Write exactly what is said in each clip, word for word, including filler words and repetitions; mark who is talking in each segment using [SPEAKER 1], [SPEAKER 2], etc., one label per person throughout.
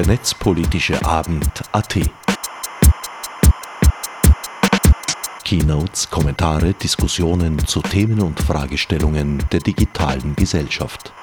[SPEAKER 1] der Netzpolitische Abend punkt a t. Keynotes, Kommentare, Diskussionen zu Themen und Fragestellungen der digitalen Gesellschaft.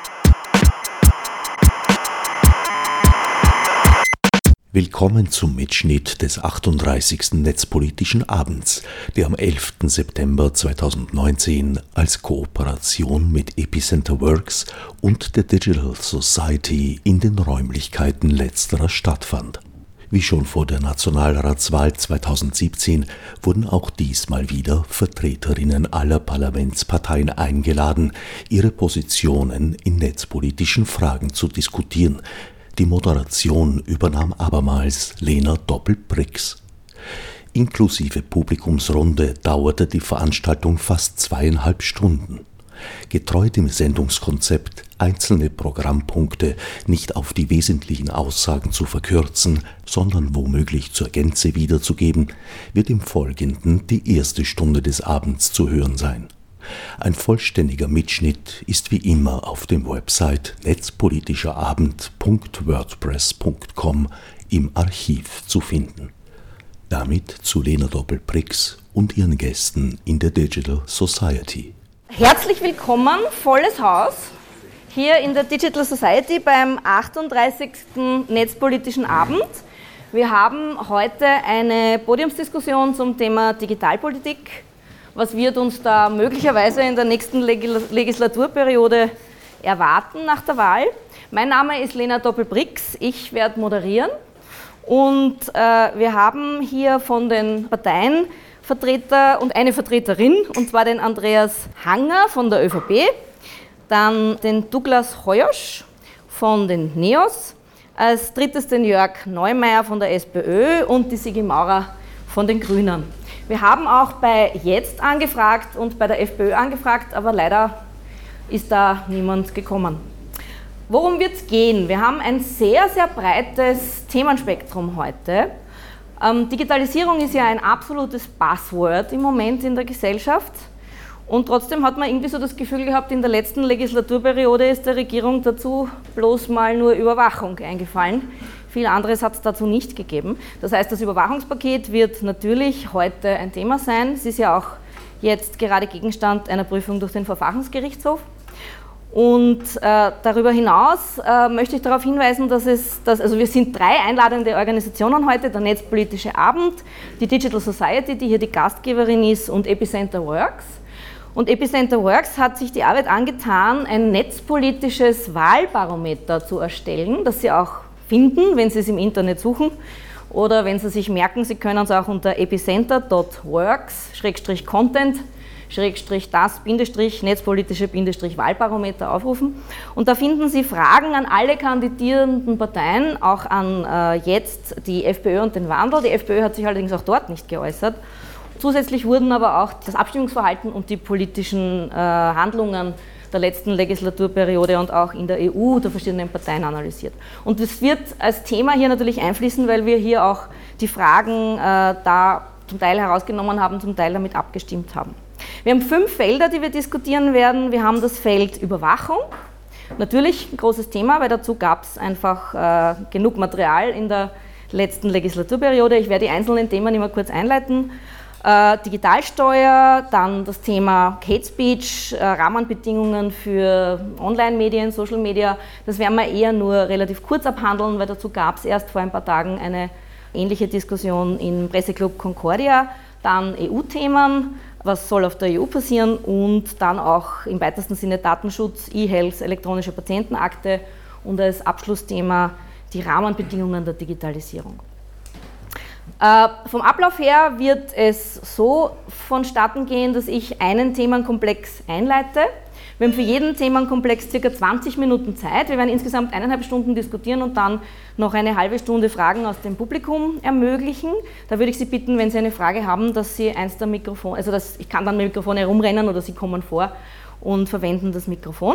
[SPEAKER 1] Willkommen zum Mitschnitt des achtunddreißigsten Netzpolitischen Abends, der am elften September zweitausendneunzehn als Kooperation mit Epicenter Works und der Digital Society in den Räumlichkeiten letzterer stattfand. Wie schon vor der Nationalratswahl zweitausendsiebzehn wurden auch diesmal wieder Vertreterinnen aller Parlamentsparteien eingeladen, ihre Positionen in netzpolitischen Fragen zu diskutieren. Die Moderation übernahm abermals Lena Doppel-Brix. Inklusive Publikumsrunde dauerte die Veranstaltung fast zweieinhalb Stunden. Getreu dem Sendungskonzept, einzelne Programmpunkte nicht auf die wesentlichen Aussagen zu verkürzen, sondern womöglich zur Gänze wiederzugeben, wird im Folgenden die erste Stunde des Abends zu hören sein. Ein vollständiger Mitschnitt ist wie immer auf dem Website netzpolitischerabend punkt wordpress punkt com im Archiv zu finden. Damit zu Lena Doppel-Brix und ihren Gästen in der Digital Society.
[SPEAKER 2] Herzlich willkommen, volles Haus, hier in der Digital Society beim achtunddreißigsten Netzpolitischen Abend. Wir haben heute eine Podiumsdiskussion zum Thema Digitalpolitik. Was wird uns da möglicherweise in der nächsten Legislaturperiode erwarten nach der Wahl? Mein Name ist Lena Doppel-Brix, ich werde moderieren und äh, wir haben hier von den Parteien Vertreter und eine Vertreterin, und zwar den Andreas Hanger von der ÖVP, dann den Douglas Hoyosch von den NEOS, als drittes den Jörg Neumeier von der SPÖ und die Sigi Maurer von den Grünen. Wir haben auch bei Jetzt angefragt und bei der FPÖ angefragt, aber leider ist da niemand gekommen. Worum wird es gehen? Wir haben ein sehr, sehr breites Themenspektrum heute. Ähm, Digitalisierung ist ja ein absolutes Buzzword im Moment in der Gesellschaft und trotzdem hat man irgendwie so das Gefühl gehabt, in der letzten Legislaturperiode ist der Regierung dazu bloß mal nur Überwachung eingefallen. Viel anderes hat es dazu nicht gegeben. Das heißt, das Überwachungspaket wird natürlich heute ein Thema sein. Es ist ja auch jetzt gerade Gegenstand einer Prüfung durch den Verfassungsgerichtshof. Und äh, darüber hinaus äh, möchte ich darauf hinweisen, dass es, dass, also wir sind drei einladende Organisationen heute, der Netzpolitische Abend, die Digital Society, die hier die Gastgeberin ist, und Epicenter Works. Und Epicenter Works hat sich die Arbeit angetan, ein netzpolitisches Wahlbarometer zu erstellen, das sie auch finden, wenn Sie es im Internet suchen, oder wenn Sie sich merken, Sie können es auch unter epicenter punkt works Schrägstrich content Schrägstrich das Bindestrich netzpolitische Bindestrich Wahlbarometer aufrufen. Und da finden Sie Fragen an alle kandidierenden Parteien, auch an äh, jetzt die FPÖ und den Wandel. Die FPÖ hat sich allerdings auch dort nicht geäußert. Zusätzlich wurden aber auch das Abstimmungsverhalten und die politischen äh, Handlungen der letzten Legislaturperiode und auch in der E U der verschiedenen Parteien analysiert. Und das wird als Thema hier natürlich einfließen, weil wir hier auch die Fragen äh, da zum Teil herausgenommen haben, zum Teil damit abgestimmt haben. Wir haben fünf Felder, die wir diskutieren werden. Wir haben das Feld Überwachung. Natürlich ein großes Thema, weil dazu gab es einfach äh, genug Material in der letzten Legislaturperiode. Ich werde die einzelnen Themen immer kurz einleiten. Äh, Digitalsteuer, dann das Thema Hate Speech, äh, Rahmenbedingungen für Online-Medien, Social Media. Das werden wir eher nur relativ kurz abhandeln, weil dazu gab es erst vor ein paar Tagen eine ähnliche Diskussion im Presseclub Concordia. Dann E U-Themen, was soll auf der E U passieren, und dann auch im weitesten Sinne Datenschutz, E-Health, elektronische Patientenakte und als Abschlussthema die Rahmenbedingungen der Digitalisierung. Äh, vom Ablauf her wird es so vonstatten gehen, dass ich einen Themenkomplex einleite. Wir haben für jeden Themenkomplex ca. zwanzig Minuten Zeit. Wir werden insgesamt eineinhalb Stunden diskutieren und dann noch eine halbe Stunde Fragen aus dem Publikum ermöglichen. Da würde ich Sie bitten, wenn Sie eine Frage haben, dass Sie eins der Mikrofone, also dass, ich kann dann mit dem Mikrofon herumrennen oder Sie kommen vor und verwenden das Mikrofon.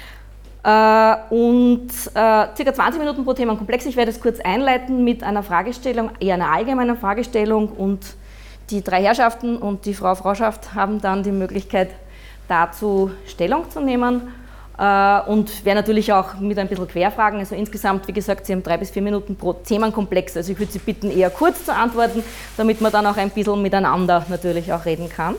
[SPEAKER 2] Äh, und äh, ca. zwanzig Minuten pro Themenkomplex. Ich werde es kurz einleiten mit einer Fragestellung, eher einer allgemeinen Fragestellung, und die drei Herrschaften und die Frau Frauschaft haben dann die Möglichkeit, dazu Stellung zu nehmen. und werde natürlich auch mit ein bisschen querfragen. Also insgesamt, wie gesagt, Sie haben drei bis vier Minuten pro Themenkomplex. Also ich würde Sie bitten, eher kurz zu antworten, damit man dann auch ein bisschen miteinander natürlich auch reden kann.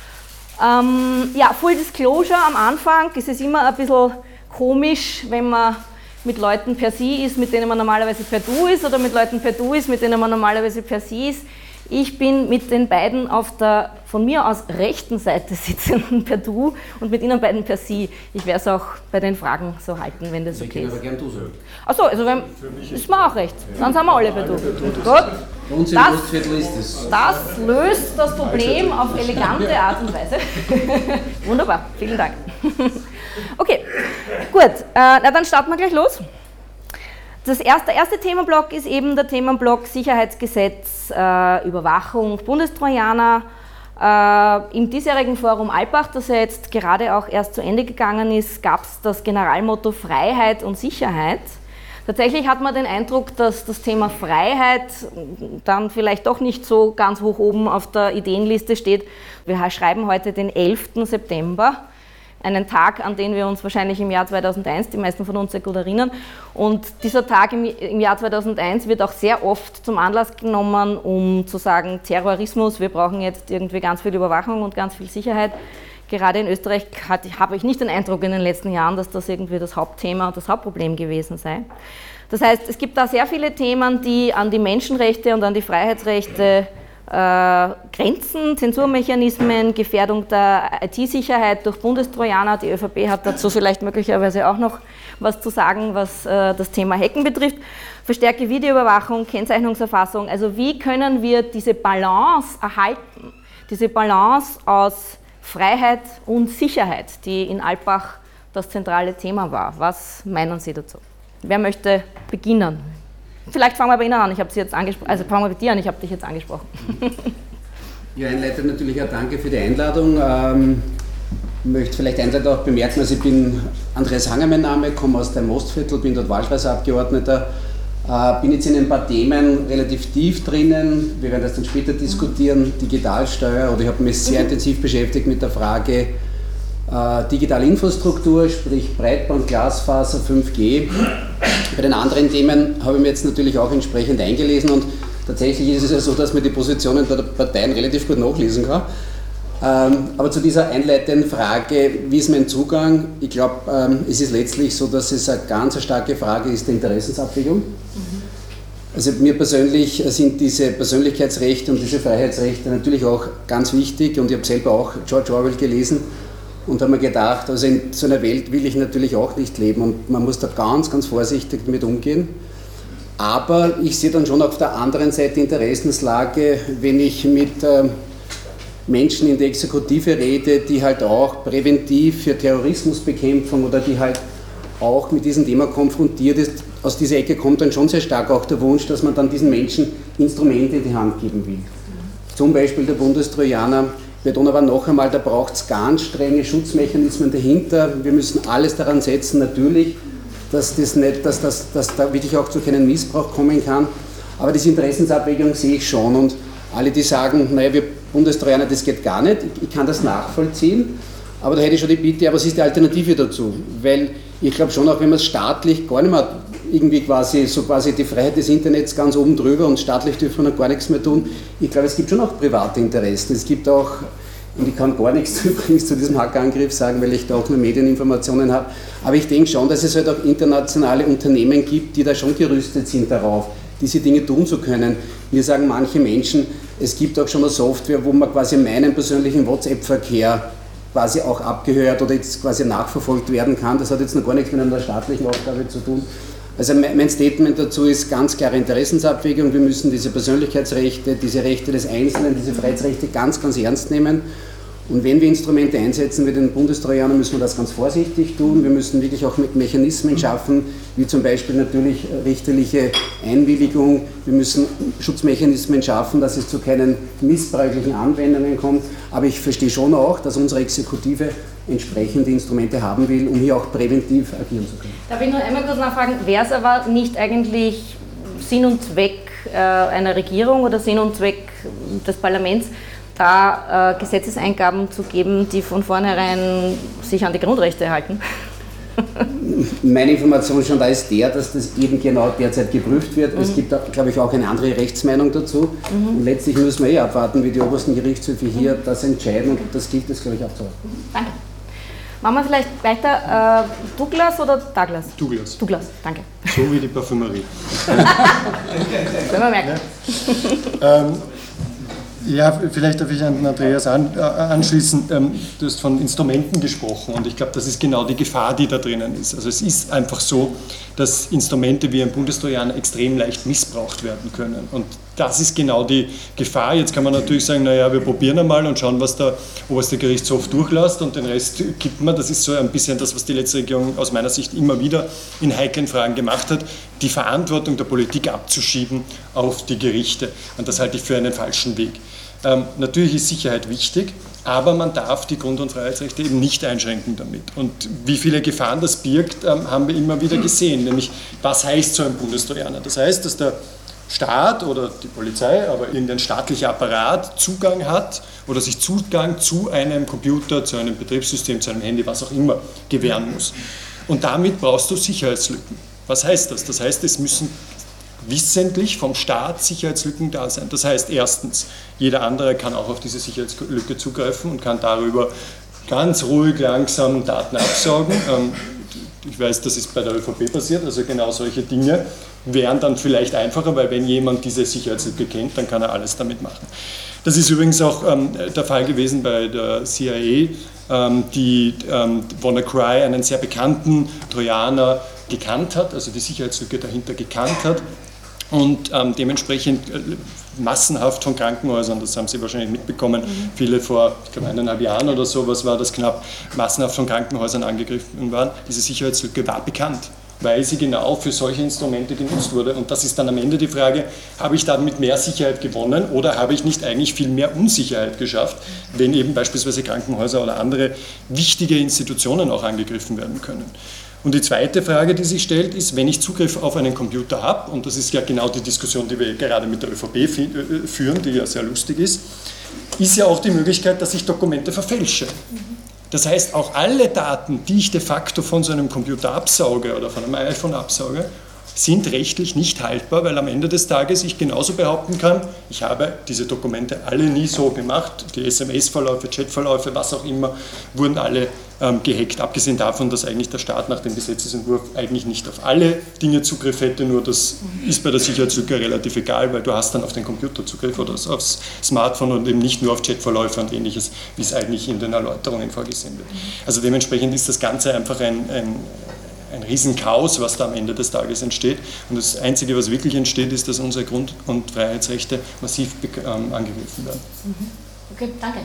[SPEAKER 2] Ähm, ja, Full Disclosure am Anfang. Es ist immer ein bisschen komisch, wenn man mit Leuten per Sie ist, mit denen man normalerweise per Du ist, oder mit Leuten per Du ist, mit denen man normalerweise per Sie ist. Ich bin mit den beiden auf der von mir aus rechten Seite sitzenden per Du und mit Ihnen beiden per Sie. Ich werde es auch bei den Fragen so halten, wenn das okay ist. Ich kann aber gern Du sagen. Achso, also wenn, ist mir auch recht. Dann sind wir alle per Du. Gut.
[SPEAKER 3] Bei uns im Ostviertel ist es.
[SPEAKER 2] Das löst das Problem auf elegante Art und Weise. Wunderbar, vielen Dank. Okay, gut, äh, na dann starten wir gleich los. Das erste, der erste Themenblock ist eben der Themenblock Sicherheitsgesetz, äh, Überwachung, Bundestrojaner. Äh, Im diesjährigen Forum Alpbach, das ja jetzt gerade auch erst zu Ende gegangen ist, gab es das Generalmotto Freiheit und Sicherheit. Tatsächlich hat man den Eindruck, dass das Thema Freiheit dann vielleicht doch nicht so ganz hoch oben auf der Ideenliste steht. Wir schreiben heute den elften September. Einen Tag, an den wir uns wahrscheinlich im Jahr zweitausendeins, die meisten von uns sehr gut erinnern. Und dieser Tag im, im Jahr zweitausendeins wird auch sehr oft zum Anlass genommen, um zu sagen, Terrorismus, wir brauchen jetzt irgendwie ganz viel Überwachung und ganz viel Sicherheit. Gerade in Österreich hat, habe ich nicht den Eindruck in den letzten Jahren, dass das irgendwie das Hauptthema und das Hauptproblem gewesen sei. Das heißt, es gibt da sehr viele Themen, die an die Menschenrechte und an die Freiheitsrechte Äh, Grenzen, Zensurmechanismen, Gefährdung der I T-Sicherheit durch Bundestrojaner. Die ÖVP hat dazu vielleicht möglicherweise auch noch was zu sagen, was äh, das Thema Hacken betrifft. Verstärkte Videoüberwachung, Kennzeichnungserfassung. Also wie können wir diese Balance erhalten, diese Balance aus Freiheit und Sicherheit, die in Alpbach das zentrale Thema war. Was meinen Sie dazu? Wer möchte beginnen? Vielleicht fangen wir bei Ihnen an, ich habe Sie jetzt angesprochen, also fangen wir bei dir an, ich habe dich jetzt angesprochen.
[SPEAKER 3] Ja, einleitend natürlich auch danke für die Einladung. Ähm, ich möchte vielleicht einleitend auch bemerken, also ich bin Andreas Hanger mein Name, komme aus dem Ostviertel, bin dort Wahlkreisabgeordneter, äh, bin jetzt in ein paar Themen relativ tief drinnen, wir werden das dann später diskutieren, Digitalsteuer, oder ich habe mich sehr intensiv beschäftigt mit der Frage äh, digitale Infrastruktur, sprich Breitband, Glasfaser, fünf G. Bei den anderen Themen habe ich mir jetzt natürlich auch entsprechend eingelesen und tatsächlich ist es ja so, dass man die Positionen der Parteien relativ gut nachlesen kann. Ähm, aber zu dieser einleitenden Frage, wie ist mein Zugang? Ich glaube, ähm, es ist letztlich so, dass es eine ganz starke Frage ist der Interessensabwägung. Mhm. Also mir persönlich sind diese Persönlichkeitsrechte und diese Freiheitsrechte natürlich auch ganz wichtig und ich habe selber auch George Orwell gelesen. Und habe mir gedacht, also in so einer Welt will ich natürlich auch nicht leben und man muss da ganz, ganz vorsichtig damit umgehen. Aber ich sehe dann schon auf der anderen Seite die Interessenslage, wenn ich mit äh, Menschen in der Exekutive rede, die halt auch präventiv für Terrorismusbekämpfung oder die halt auch mit diesem Thema konfrontiert ist. Aus dieser Ecke kommt dann schon sehr stark auch der Wunsch, dass man dann diesen Menschen Instrumente in die Hand geben will. Zum Beispiel der Bundestrojaner. Wir tun aber noch einmal, da braucht es ganz strenge Schutzmechanismen dahinter. Wir müssen alles daran setzen, natürlich, dass, das nicht, dass, das, dass da wirklich auch zu keinem Missbrauch kommen kann. Aber diese Interessensabwägung sehe ich schon. Und alle, die sagen, naja, wir Bundestrojaner, das geht gar nicht, ich, ich kann das nachvollziehen. Aber da hätte ich schon die Bitte, aber was ist die Alternative dazu? Weil ich glaube schon, auch wenn man es staatlich gar nicht mehr irgendwie quasi, so quasi die Freiheit des Internets ganz oben drüber und staatlich dürfen wir noch gar nichts mehr tun. Ich glaube, es gibt schon auch private Interessen. Es gibt auch, und ich kann gar nichts übrigens zu diesem Hackerangriff sagen, weil ich da auch nur Medieninformationen habe, aber ich denke schon, dass es halt auch internationale Unternehmen gibt, die da schon gerüstet sind darauf, diese Dinge tun zu können. Mir sagen manche Menschen, es gibt auch schon eine Software, wo man quasi meinen persönlichen WhatsApp-Verkehr quasi auch abgehört oder jetzt quasi nachverfolgt werden kann. Das hat jetzt noch gar nichts mit einer staatlichen Aufgabe zu tun. Also mein Statement dazu ist ganz klare Interessensabwägung. Wir müssen diese Persönlichkeitsrechte, diese Rechte des Einzelnen, diese Freiheitsrechte ganz, ganz ernst nehmen. Und wenn wir Instrumente einsetzen wie den Bundestrojaner, müssen wir das ganz vorsichtig tun. Wir müssen wirklich auch mit Mechanismen schaffen, wie zum Beispiel natürlich richterliche Einwilligung. Wir müssen Schutzmechanismen schaffen, dass es zu keinen missbräuchlichen Anwendungen kommt. Aber ich verstehe schon auch, dass unsere Exekutive entsprechende Instrumente haben will, um hier auch präventiv agieren zu können.
[SPEAKER 2] Darf ich nur einmal kurz nachfragen, wäre es aber nicht eigentlich Sinn und Zweck äh, einer Regierung oder Sinn und Zweck des Parlaments, da äh, Gesetzeseingaben zu geben, die von vornherein sich an die Grundrechte halten?
[SPEAKER 3] Meine Information schon da ist der, dass das eben genau derzeit geprüft wird. Mhm. Es gibt, glaube ich, auch eine andere Rechtsmeinung dazu. Mhm. Und letztlich müssen wir eh abwarten, wie die obersten Gerichtshöfe hier mhm. das entscheiden. Und das gilt es, glaube ich, abzuwarten.
[SPEAKER 2] Danke. Machen wir vielleicht weiter. Äh, Douglas oder Douglas?
[SPEAKER 4] Douglas.
[SPEAKER 2] Douglas, danke.
[SPEAKER 4] So wie die Parfümerie.
[SPEAKER 2] Können wir merken.
[SPEAKER 4] Ja. ähm, Ja, vielleicht darf ich an Andreas an, äh, anschließen. Ähm, du hast von Instrumenten gesprochen und ich glaube, das ist genau die Gefahr, die da drinnen ist. Also es ist einfach so, dass Instrumente wie ein Bundestrojaner extrem leicht missbraucht werden können. Und das ist genau die Gefahr. Jetzt kann man natürlich sagen, naja, wir probieren einmal und schauen, was der oberste Gerichtshof durchlässt und den Rest kippt man. Das ist so ein bisschen das, was die letzte Regierung aus meiner Sicht immer wieder in heiklen Fragen gemacht hat, die Verantwortung der Politik abzuschieben auf die Gerichte. Und das halte ich für einen falschen Weg. Ähm, natürlich ist Sicherheit wichtig, aber man darf die Grund- und Freiheitsrechte eben nicht einschränken damit. Und wie viele Gefahren das birgt, ähm, haben wir immer wieder gesehen. Nämlich, was heißt so ein Bundestrojaner? Das heißt, dass der Staat oder die Polizei, aber irgendein staatlicher Apparat Zugang hat oder sich Zugang zu einem Computer, zu einem Betriebssystem, zu einem Handy, was auch immer, gewähren muss. Und damit brauchst du Sicherheitslücken. Was heißt das? Das heißt, es müssen wissentlich vom Staat Sicherheitslücken da sein. Das heißt erstens, jeder andere kann auch auf diese Sicherheitslücke zugreifen und kann darüber ganz ruhig, langsam Daten absaugen. Ich weiß, das ist bei der ÖVP passiert, also genau solche Dinge wären dann vielleicht einfacher, weil wenn jemand diese Sicherheitslücke kennt, dann kann er alles damit machen. Das ist übrigens auch ähm, der Fall gewesen bei der C I A, ähm, die ähm, WannaCry, einen sehr bekannten Trojaner, gekannt hat, also die Sicherheitslücke dahinter gekannt hat und ähm, dementsprechend äh, massenhaft von Krankenhäusern, das haben Sie wahrscheinlich mitbekommen, mhm. viele vor, ich glaube, eineinhalb Jahren oder so, was war das knapp, massenhaft von Krankenhäusern angegriffen waren. Diese Sicherheitslücke war bekannt, weil sie genau für solche Instrumente genutzt wurde. Und das ist dann am Ende die Frage, habe ich damit mehr Sicherheit gewonnen oder habe ich nicht eigentlich viel mehr Unsicherheit geschafft, wenn eben beispielsweise Krankenhäuser oder andere wichtige Institutionen auch angegriffen werden können. Und die zweite Frage, die sich stellt, ist, wenn ich Zugriff auf einen Computer habe, und das ist ja genau die Diskussion, die wir gerade mit der ÖVP führen, die ja sehr lustig ist, ist ja auch die Möglichkeit, dass ich Dokumente verfälsche. Das heißt, auch alle Daten, die ich de facto von so einem Computer absauge oder von einem iPhone absauge, sind rechtlich nicht haltbar, weil am Ende des Tages ich genauso behaupten kann, ich habe diese Dokumente alle nie so gemacht, die S M S-Verläufe, Chat-Verläufe, was auch immer, wurden alle ähm, gehackt, abgesehen davon, dass eigentlich der Staat nach dem Gesetzesentwurf eigentlich nicht auf alle Dinge Zugriff hätte, nur das ist bei der Sicherheitslücke relativ egal, weil du hast dann auf den Computer Zugriff oder aufs Smartphone und eben nicht nur auf Chat-Verläufe und ähnliches, wie es eigentlich in den Erläuterungen vorgesehen wird. Also dementsprechend ist das Ganze einfach ein, ein ein Riesenchaos, was da am Ende des Tages entsteht. Und das Einzige, was wirklich entsteht, ist, dass unsere Grund- und Freiheitsrechte massiv ähm, angegriffen werden.
[SPEAKER 2] Okay, danke.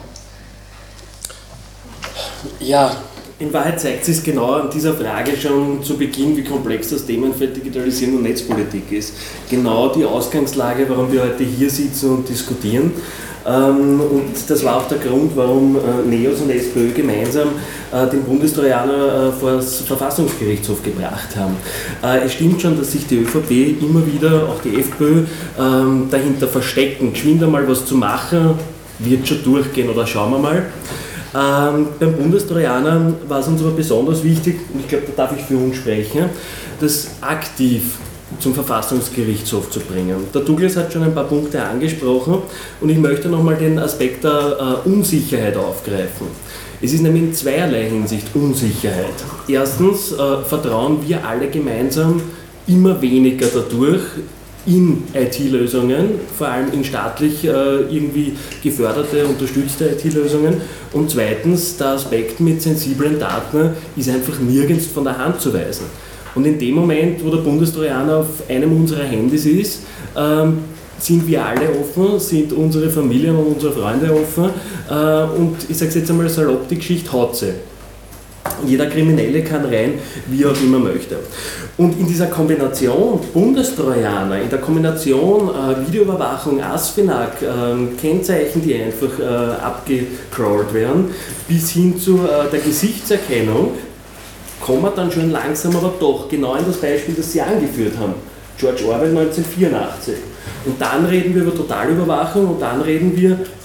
[SPEAKER 5] Ja, in Wahrheit zeigt sich genau an dieser Frage schon zu Beginn, wie komplex das Themenfeld Digitalisierung und Netzpolitik ist. Genau die Ausgangslage, warum wir heute hier sitzen und diskutieren. Und das war auch der Grund, warum NEOS und SPÖ gemeinsam den Bundestrojaner vor das Verfassungsgerichtshof gebracht haben. Es stimmt schon, dass sich die ÖVP immer wieder, auch die FPÖ, dahinter verstecken, geschwind einmal was zu machen, wird schon durchgehen oder schauen wir mal. Ähm, beim Bundestrojaner war es uns aber besonders wichtig, und ich glaube, da darf ich für uns sprechen, das aktiv zum Verfassungsgerichtshof zu bringen. Der Douglas hat schon ein paar Punkte angesprochen und ich möchte nochmal den Aspekt der äh, Unsicherheit aufgreifen. Es ist nämlich in zweierlei Hinsicht Unsicherheit. Erstens äh, vertrauen wir alle gemeinsam immer weniger dadurch in I T-Lösungen, vor allem in staatlich äh, irgendwie geförderte, unterstützte I T-Lösungen. Und zweitens, der Aspekt mit sensiblen Daten ist einfach nirgends von der Hand zu weisen. Und in dem Moment, wo der Bundestrojaner auf einem unserer Handys ist, ähm, sind wir alle offen, sind unsere Familien und unsere Freunde offen äh, und ich sage es jetzt einmal salopp, die Geschichte hat sie. Jeder Kriminelle kann rein, wie auch immer möchte. Und in dieser Kombination Bundestrojaner, in der Kombination äh, Videoüberwachung, ASFINAG, äh, Kennzeichen, die einfach äh, abgecrawlt werden, bis hin zu äh, der Gesichtserkennung, kommen wir dann schon langsam aber doch genau in das Beispiel, das Sie angeführt haben. George Orwell neunzehnhundertvierundachtzig. Und dann reden wir über Totalüberwachung und dann reden wir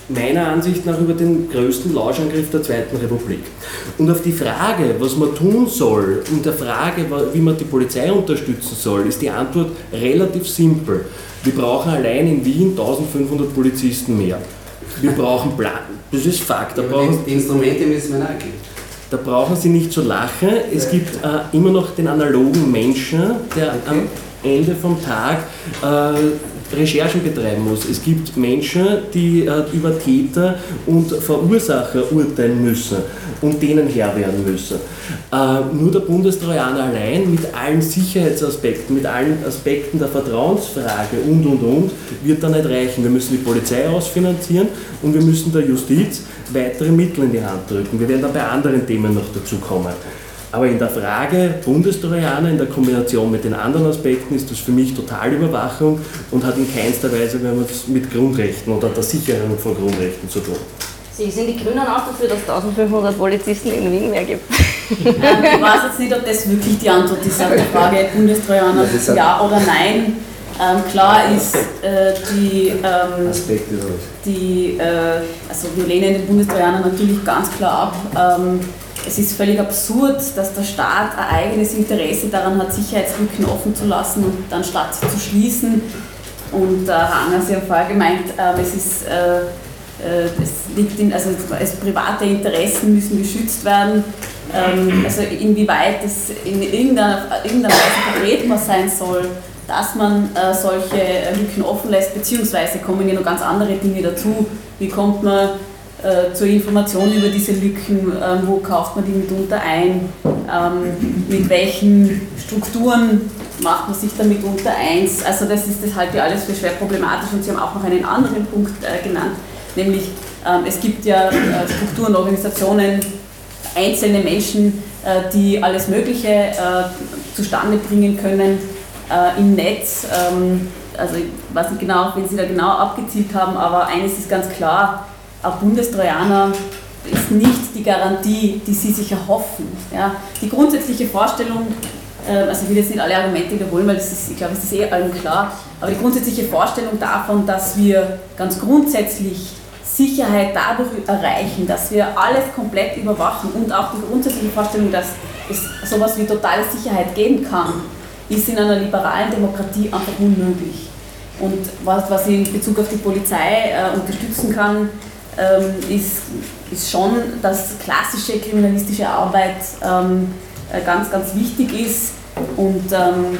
[SPEAKER 5] meiner Ansicht nach über den größten Lauschangriff der Zweiten Republik. Und auf die Frage, was man tun soll, und der Frage, wie man die Polizei unterstützen soll, ist die Antwort relativ simpel. Wir brauchen allein in Wien eintausendfünfhundert Polizisten mehr. Wir brauchen Plan. Das ist Fakt. Da brauchen,
[SPEAKER 3] die Instrumente müssen wir nachgehen.
[SPEAKER 5] Da brauchen Sie nicht zu lachen. Es gibt äh, immer noch den analogen Menschen, der okay. am Ende vom Tag äh, Recherchen betreiben muss. Es gibt Menschen, die äh, über Täter und Verursacher urteilen müssen und denen Herr werden müssen. Äh, nur der Bundestrojaner allein mit allen Sicherheitsaspekten, mit allen Aspekten der Vertrauensfrage und und und wird da nicht reichen. Wir müssen die Polizei ausfinanzieren und wir müssen der Justiz weitere Mittel in die Hand drücken. Wir werden dann bei anderen Themen noch dazu kommen. Aber in der Frage Bundestrojaner, in der Kombination mit den anderen Aspekten, ist das für mich Totalüberwachung und hat in keinster Weise mit Grundrechten oder der Sicherung von Grundrechten zu tun.
[SPEAKER 2] Sie sind die Grünen auch dafür, dass eintausendfünfhundert Polizisten in Wien mehr gibt?
[SPEAKER 6] ähm, ich weiß jetzt nicht, ob das wirklich die Antwort ist auf die Frage Bundestrojaner, ja oder nein. Ähm, klar ist äh, die, ähm, die äh, also wir lehnen den Bundestrojaner natürlich ganz klar ab. Ähm, Es ist völlig absurd, dass der Staat ein eigenes Interesse daran hat, Sicherheitslücken offen zu lassen und dann statt sie zu schließen. Und äh, Herr Anger, Sie haben vorher gemeint, äh, es, ist, äh, äh, es liegt in, also es, private Interessen müssen geschützt werden. Ähm, also inwieweit es in irgendeiner, irgendeiner Weise vertretbar sein soll, dass man äh, solche Lücken offen lässt, beziehungsweise kommen ja noch ganz andere Dinge dazu. Wie kommt man Äh, zur Information über diese Lücken, äh, wo kauft man die mitunter ein, ähm, mit welchen Strukturen macht man sich da mitunter eins. Also das ist das halte ich alles für schwer problematisch und Sie haben auch noch einen anderen Punkt äh, genannt, nämlich ähm, es gibt ja äh, Strukturen, Organisationen, einzelne Menschen, äh, die alles Mögliche äh, zustande bringen können äh, im Netz. Ähm, also ich weiß nicht genau, wen Sie da genau abgezielt haben, aber eines ist ganz klar, auch Bundestrojaner ist nicht die Garantie, die Sie sich erhoffen. Ja. Die grundsätzliche Vorstellung, äh, also ich will jetzt nicht alle Argumente wiederholen, weil das ist, ich glaube, es ist eh allen klar, aber die grundsätzliche Vorstellung davon, dass wir ganz grundsätzlich Sicherheit dadurch erreichen, dass wir alles komplett überwachen und auch die grundsätzliche Vorstellung, dass es sowas wie totale Sicherheit geben kann, ist in einer liberalen Demokratie einfach unmöglich. Und was, was ich in Bezug auf die Polizei äh, unterstützen kann, Ähm, ist, ist schon, dass klassische kriminalistische Arbeit ähm, ganz, ganz wichtig ist und ähm,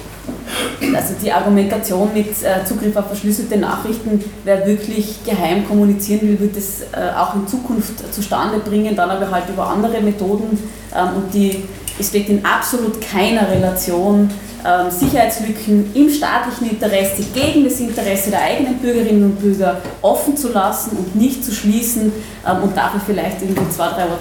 [SPEAKER 6] also die Argumentation mit äh, Zugriff auf verschlüsselte Nachrichten, wer wirklich geheim kommunizieren will, wird es äh, auch in Zukunft zustande bringen, dann aber halt über andere Methoden ähm, und die, es steht in absolut keiner Relation ähm, Sicherheitslücken im staatlichen Interesse gegen das Interesse der eigenen Bürgerinnen und Bürger offen zu lassen und nicht zu schließen ähm, und dafür vielleicht irgendwie zwei, drei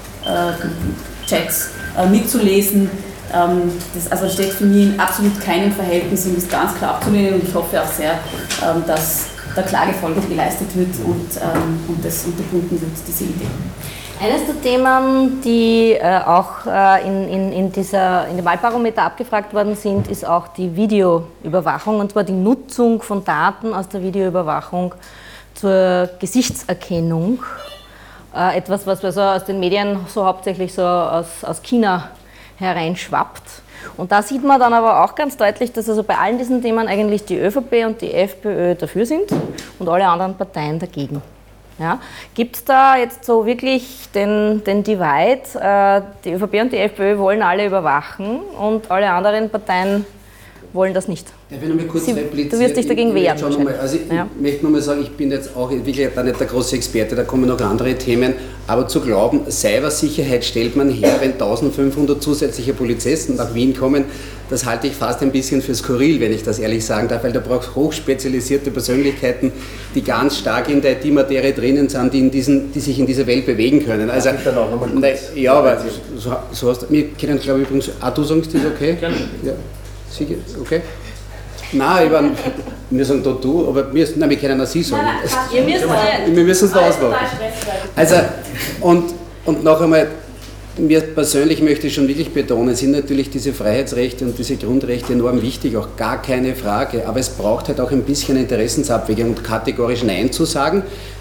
[SPEAKER 6] WhatsApp-Chats äh, äh, mitzulesen. Ähm, das also steht für mich in absolut keinem Verhältnis und ist ganz klar abzulehnen und ich hoffe auch sehr, ähm, dass der Klage Folge geleistet wird und, ähm, und das unterbunden wird, diese Idee.
[SPEAKER 2] Eines der Themen, die äh, auch äh, in, in, in, dieser, in dem Wahlbarometer abgefragt worden sind, ist auch die Videoüberwachung, und zwar die Nutzung von Daten aus der Videoüberwachung zur Gesichtserkennung. Äh, etwas, was also aus den Medien so hauptsächlich so aus, aus China hereinschwappt. Und da sieht man dann aber auch ganz deutlich, dass also bei allen diesen Themen eigentlich die ÖVP und die FPÖ dafür sind und alle anderen Parteien dagegen. Ja. Gibt es da jetzt so wirklich den, den Divide, äh, die ÖVP und die FPÖ wollen alle überwachen und alle anderen Parteien wollen das nicht?
[SPEAKER 3] Darf ich noch mal kurz
[SPEAKER 2] Sie,
[SPEAKER 3] replizieren?
[SPEAKER 2] Du wirst dich dagegen wehren.
[SPEAKER 3] Mal, also ich
[SPEAKER 2] ja.
[SPEAKER 3] möchte nur mal sagen, ich bin jetzt auch wirklich da nicht der große Experte, da kommen noch andere Themen, aber zu glauben, Cybersicherheit stellt man her, wenn eintausendfünfhundert zusätzliche Polizisten nach Wien kommen, das halte ich fast ein bisschen für skurril, wenn ich das ehrlich sagen darf, weil da braucht es hochspezialisierte Persönlichkeiten, die ganz stark in der I T-Materie drinnen sind, die, in diesen, die sich in dieser Welt bewegen können. Also,
[SPEAKER 5] dann auch noch mal kurz.
[SPEAKER 3] Nein, ja, aber so, so hast du, wir können glaube ich übrigens, ah, du sagst, das ist okay?
[SPEAKER 5] Gerne.
[SPEAKER 3] Ja. Okay? Nein, ich meine, wir sagen da du, aber wir, nein, wir können auch Sie sagen.
[SPEAKER 2] Nein, nein, ihr müsst
[SPEAKER 3] ja, wir müssen es da ausbauen. Also, und, und noch einmal, mir persönlich möchte ich schon wirklich betonen, sind natürlich diese Freiheitsrechte und diese Grundrechte enorm wichtig, auch gar keine Frage, aber es braucht halt auch ein bisschen Interessensabwägung und kategorisch Nein zu sagen,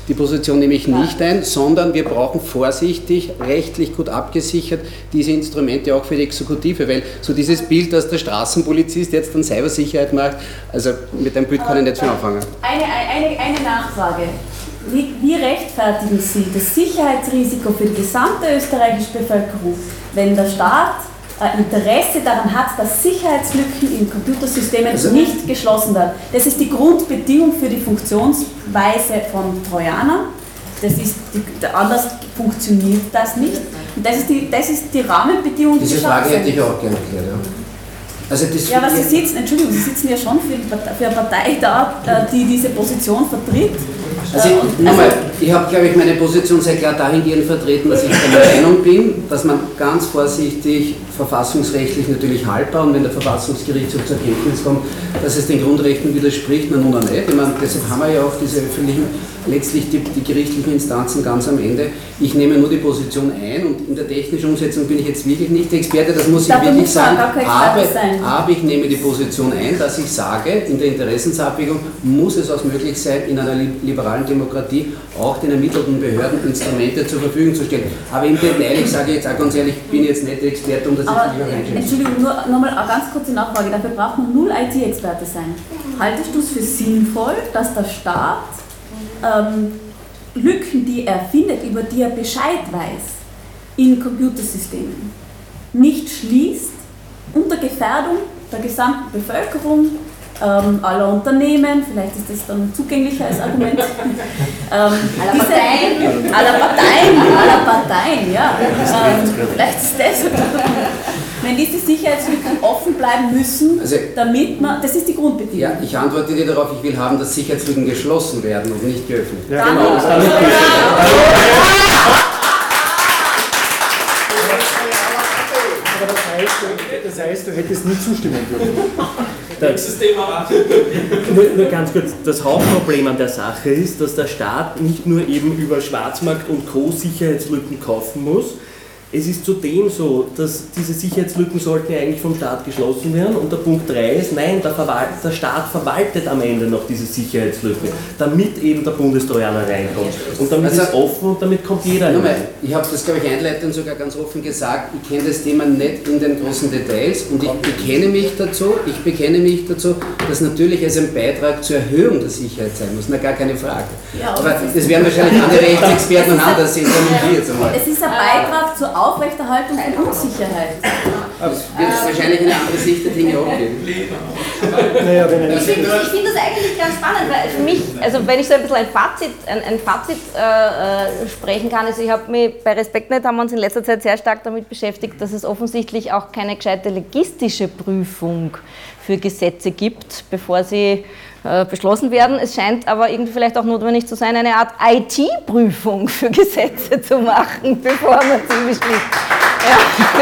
[SPEAKER 3] Die Position nehme ich nicht ein, sondern wir brauchen vorsichtig, rechtlich gut abgesichert diese Instrumente auch für die Exekutive, weil so dieses Bild, dass der Straßenpolizist jetzt dann Cybersicherheit macht, also mit dem Bild kann ich nicht viel anfangen.
[SPEAKER 6] Eine, eine, eine Nachfrage. Wie, wie rechtfertigen Sie das Sicherheitsrisiko für die gesamte österreichische Bevölkerung, wenn der Staat ein Interesse daran hat, dass Sicherheitslücken in Computersystemen also nicht geschlossen werden? Das ist die Grundbedingung für die Funktionsweise von Trojanern. Das ist die, anders funktioniert das nicht. Und das ist die, das ist die Rahmenbedingung.
[SPEAKER 3] Diese Frage hätte ich auch gerne erklärt. Ja. Also das
[SPEAKER 6] ja, aber Sie sitzen, Entschuldigung, Sie sitzen ja schon für, für eine Partei da, die diese Position vertritt.
[SPEAKER 3] Also, ich, nochmal, also ich habe, glaube ich, meine Position sehr klar dahingehend vertreten, dass ich der Meinung bin, dass man ganz vorsichtig verfassungsrechtlich natürlich haltbar und wenn der Verfassungsgerichtshof zur Erkenntnis kommt, dass es den Grundrechten widerspricht, na nun auch nicht. Ich meine, deshalb haben wir ja auch diese öffentlichen, letztlich die, die gerichtlichen Instanzen ganz am Ende. Ich nehme nur die Position ein und in der technischen Umsetzung bin ich jetzt wirklich nicht der Experte, das muss ich da wirklich sagen, aber, aber ich nehme die Position ein, dass ich sage, in der Interessensabwägung muss es auch möglich sein, in einer liberalen Demokratie auch den ermittelten Behörden Instrumente zur Verfügung zu stellen. Aber im Detail, ich sage jetzt auch ganz ehrlich, ich bin jetzt nicht der Experte, um das
[SPEAKER 6] aber, jetzt nicht Entschuldigung, nur nochmal eine ganz kurze Nachfrage, dafür braucht man null I T-Experte sein. Haltest du es für sinnvoll, dass der Staat ähm, Lücken, die er findet, über die er Bescheid weiß, in Computersystemen nicht schließt, unter Gefährdung der gesamten Bevölkerung, ähm, aller Unternehmen, vielleicht ist das dann zugänglicher als Argument, ähm, aller diese, Parteien, aller Parteien, aller Parteien, ja, ähm, vielleicht ist das, wenn diese Sicherheitslücken offen bleiben müssen, also, damit man, das ist die Grundbedingung.
[SPEAKER 3] Ja, ich antworte dir darauf, ich will haben, dass Sicherheitslücken geschlossen werden und nicht geöffnet.
[SPEAKER 4] Ja, genau. Das kann Das heißt, du hättest nie zustimmen dürfen.
[SPEAKER 5] Das, nur, nur ganz kurz, das Hauptproblem an der Sache ist, dass der Staat nicht nur eben über Schwarzmarkt und Co. Sicherheitslücken kaufen muss. Es ist zudem so, dass diese Sicherheitslücken sollten ja eigentlich vom Staat geschlossen werden und der Punkt drei ist, nein, der, Verwalt, der Staat verwaltet am Ende noch diese Sicherheitslücke, damit eben der Bundestrojaner reinkommt. Und damit also, ist es offen und damit kommt jeder
[SPEAKER 3] rein. Ich habe das, glaube ich, einleitend sogar ganz offen gesagt, ich kenne das Thema nicht in den großen Details und ich bekenne mich dazu, ich bekenne mich dazu, dass natürlich es ein Beitrag zur Erhöhung der Sicherheit sein muss, na gar keine Frage. Ja, aber das werden wahrscheinlich andere Rechtsexperten und anders sehen, jetzt einmal.
[SPEAKER 6] Es ist ein Beitrag zur Aufrechterhaltung von Unsicherheit.
[SPEAKER 3] Aber es wird äh, wahrscheinlich eine andere Sicht der Dinge auch geben.
[SPEAKER 2] Naja, wenn ich finde das eigentlich ganz spannend, weil für mich, also wenn ich so ein bisschen ein Fazit, ein, ein Fazit äh, sprechen kann, also ich habe mich bei Respektnet haben wir uns in letzter Zeit sehr stark damit beschäftigt, dass es offensichtlich auch keine gescheite legistische Prüfung für Gesetze gibt, bevor sie äh, beschlossen werden. Es scheint aber irgendwie vielleicht auch notwendig zu sein, eine Art I T-Prüfung für Gesetze zu machen, bevor man sie beschließt. Ja.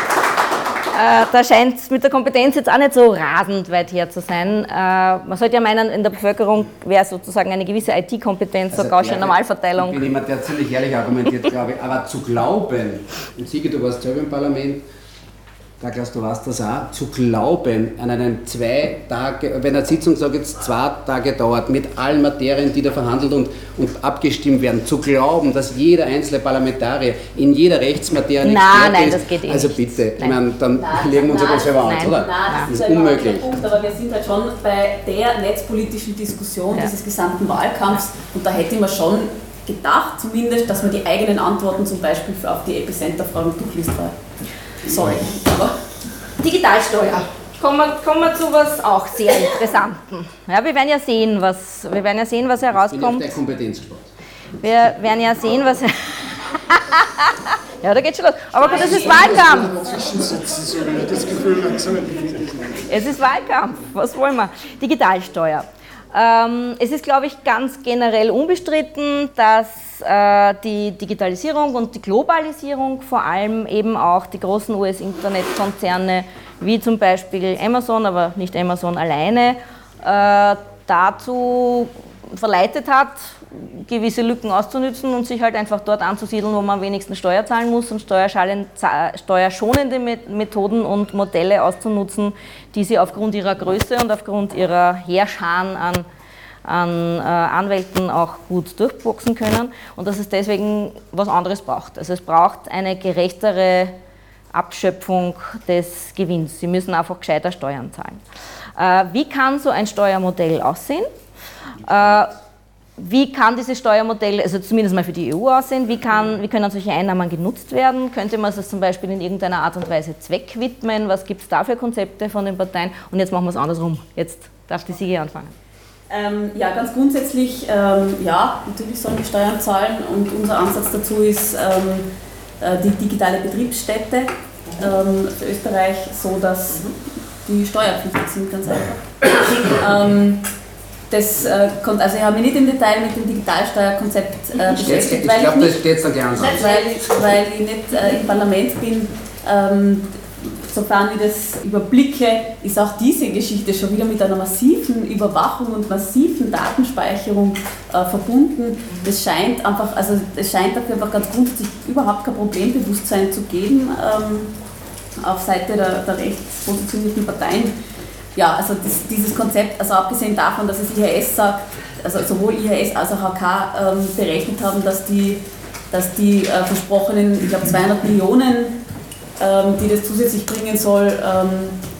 [SPEAKER 2] äh, da scheint es mit der Kompetenz jetzt auch nicht so rasend weit her zu sein. Äh, man sollte ja meinen, in der Bevölkerung wäre sozusagen eine gewisse I T-Kompetenz, so also, Gaußsche ja, Normalverteilung.
[SPEAKER 3] Ich bin jemand, der ziemlich ehrlich argumentiert, glaube ich, aber zu glauben, und Sigi, du warst selber im Parlament, Douglas, du weißt das auch, zu glauben an einen zwei Tage, wenn eine Sitzung, sage jetzt, zwei Tage dauert, mit allen Materien, die da verhandelt und, und abgestimmt werden, zu glauben, dass jeder einzelne Parlamentarier in jeder Rechtsmaterie
[SPEAKER 2] nein, nein, ist, das geht eh
[SPEAKER 3] also
[SPEAKER 2] nicht.
[SPEAKER 3] Bitte, ich meine, dann nein, legen wir uns ja das selber an, oder?
[SPEAKER 6] Nein, das ist, ist unmöglich. Punkt, aber wir sind halt schon bei der netzpolitischen Diskussion ja. dieses gesamten Wahlkampfs und da hätte man schon gedacht, zumindest, dass man die eigenen Antworten zum Beispiel auf die Epicenter-Fragen durchliest. Sorry.
[SPEAKER 2] Digitalsteuer. Kommen wir, kommen wir zu was auch sehr Interessantem. Ja, wir werden ja sehen, was, wir werden ja sehen, was herauskommt. Ich bin auf der
[SPEAKER 3] Kompetenzsport.
[SPEAKER 2] Wir werden ja sehen, was... ja, da geht schon los. Aber gut, das ist Wahlkampf. Es ist Wahlkampf. Was wollen wir? Digitalsteuer. Ähm, es ist, glaube ich, ganz generell unbestritten, dass äh, die Digitalisierung und die Globalisierung vor allem eben auch die großen U S-Internetkonzerne wie zum Beispiel Amazon, aber nicht Amazon alleine, äh, dazu verleitet hat, gewisse Lücken auszunützen und sich halt einfach dort anzusiedeln, wo man am wenigsten Steuer zahlen muss und steuerschonende Methoden und Modelle auszunutzen, die sie aufgrund ihrer Größe und aufgrund ihrer Heerscharen an an äh, Anwälten auch gut durchboxen können und dass es deswegen was anderes braucht. Also es braucht eine gerechtere Abschöpfung des Gewinns. Sie müssen einfach gescheiter Steuern zahlen. Äh, wie kann so ein Steuermodell aussehen? Äh, Wie kann dieses Steuermodell, also zumindest mal für die E U aussehen, wie, kann, wie können solche Einnahmen genutzt werden? Könnte man es zum Beispiel in irgendeiner Art und Weise zweckwidmen? Was gibt es da für Konzepte von den Parteien? Und jetzt machen wir es andersrum. Jetzt darf die Sigi anfangen.
[SPEAKER 6] Ähm, ja, ganz grundsätzlich, ähm, ja, natürlich sollen die Steuern zahlen und unser Ansatz dazu ist ähm, äh, die digitale Betriebsstätte ähm, für Österreich, so dass die steuerpflichtig sind, ganz einfach. ähm, Das äh, kommt, also ich habe mich nicht im Detail mit dem Digitalsteuerkonzept äh, beschäftigt,
[SPEAKER 3] ich
[SPEAKER 6] weil,
[SPEAKER 3] glaub,
[SPEAKER 6] ich nicht,
[SPEAKER 3] das steht da gern
[SPEAKER 6] weil, ich, weil ich nicht äh, im Parlament bin. Ähm, sofern ich das überblicke, ist auch diese Geschichte schon wieder mit einer massiven Überwachung und massiven Datenspeicherung äh, verbunden. Das scheint einfach, also es scheint dafür einfach ganz grundsätzlich überhaupt kein Problembewusstsein zu geben ähm, auf Seite der, der rechtspositionierten Parteien. Ja, also das, dieses Konzept, also abgesehen davon, dass es I H S sagt, also sowohl I H S als auch H K ähm, berechnet haben, dass die, dass die äh, versprochenen, ich glaube zweihundert Millionen, ähm, die das zusätzlich bringen soll, ähm,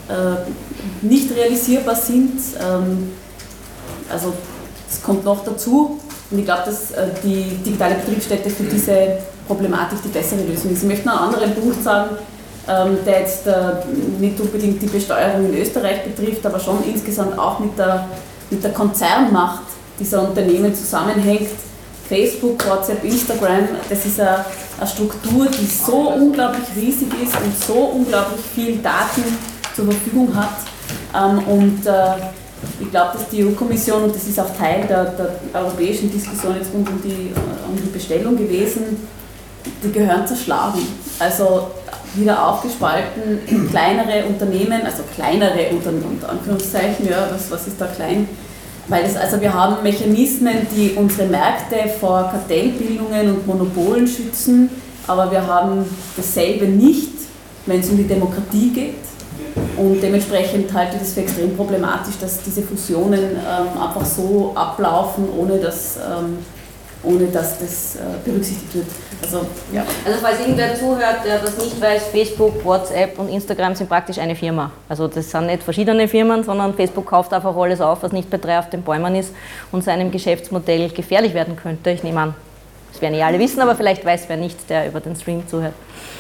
[SPEAKER 6] äh, nicht realisierbar sind. Ähm, also es kommt noch dazu und ich glaube, dass äh, die digitale Betriebsstätte für diese Problematik die bessere Lösung ist. Ich möchte noch einen anderen Punkt sagen, der jetzt äh, nicht unbedingt die Besteuerung in Österreich betrifft, aber schon insgesamt auch mit der, mit der Konzernmacht dieser Unternehmen zusammenhängt. Facebook, WhatsApp, Instagram, das ist eine, eine Struktur, die so unglaublich riesig ist und so unglaublich viel Daten zur Verfügung hat. Ähm, und äh, ich glaube, dass die E U-Kommission, und das ist auch Teil der, der europäischen Diskussion jetzt rund um die, um die Bestellung gewesen, die gehören zerschlagen. Also wieder aufgespalten in kleinere Unternehmen, also kleinere unter, unter Anführungszeichen, ja, was, was ist da klein? Weil das, also wir haben Mechanismen, die unsere Märkte vor Kartellbildungen und Monopolen schützen, aber wir haben dasselbe nicht, wenn es um die Demokratie geht. Und dementsprechend halte ich das für extrem problematisch, dass diese Fusionen ähm, einfach so ablaufen, ohne dass ähm, ohne dass das äh, berücksichtigt wird. Also, ja.
[SPEAKER 2] Also falls irgendwer zuhört, der das nicht weiß, Facebook, WhatsApp und Instagram sind praktisch eine Firma. Also das sind nicht verschiedene Firmen, sondern Facebook kauft einfach alles auf, was nicht bei drei auf den Bäumen ist und seinem Geschäftsmodell gefährlich werden könnte. Ich nehme an, das werden ja alle wissen, aber vielleicht weiß wer nicht, der über den Stream zuhört.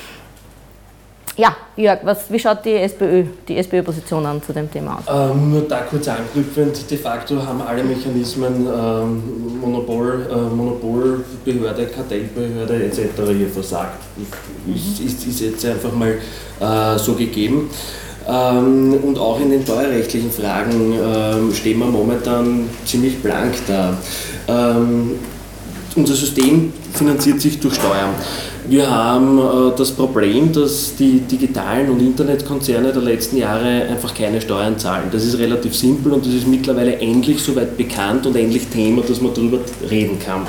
[SPEAKER 2] Ja, Jörg, was, wie schaut die SPÖ, die SPÖ-Position an zu dem Thema aus?
[SPEAKER 5] Ähm, nur da kurz anknüpfend, de facto haben alle Mechanismen, ähm, Monopol, äh, Monopolbehörde, Kartellbehörde et cetera hier versagt. Ist, ist, ist jetzt einfach mal äh, so gegeben. Ähm, und auch in den steuerrechtlichen Fragen ähm, stehen wir momentan ziemlich blank da. Ähm, unser System finanziert sich durch Steuern. Wir haben äh, das Problem, dass die digitalen und Internetkonzerne der letzten Jahre einfach keine Steuern zahlen. Das ist relativ simpel und das ist mittlerweile endlich soweit bekannt und endlich Thema, dass man darüber reden kann.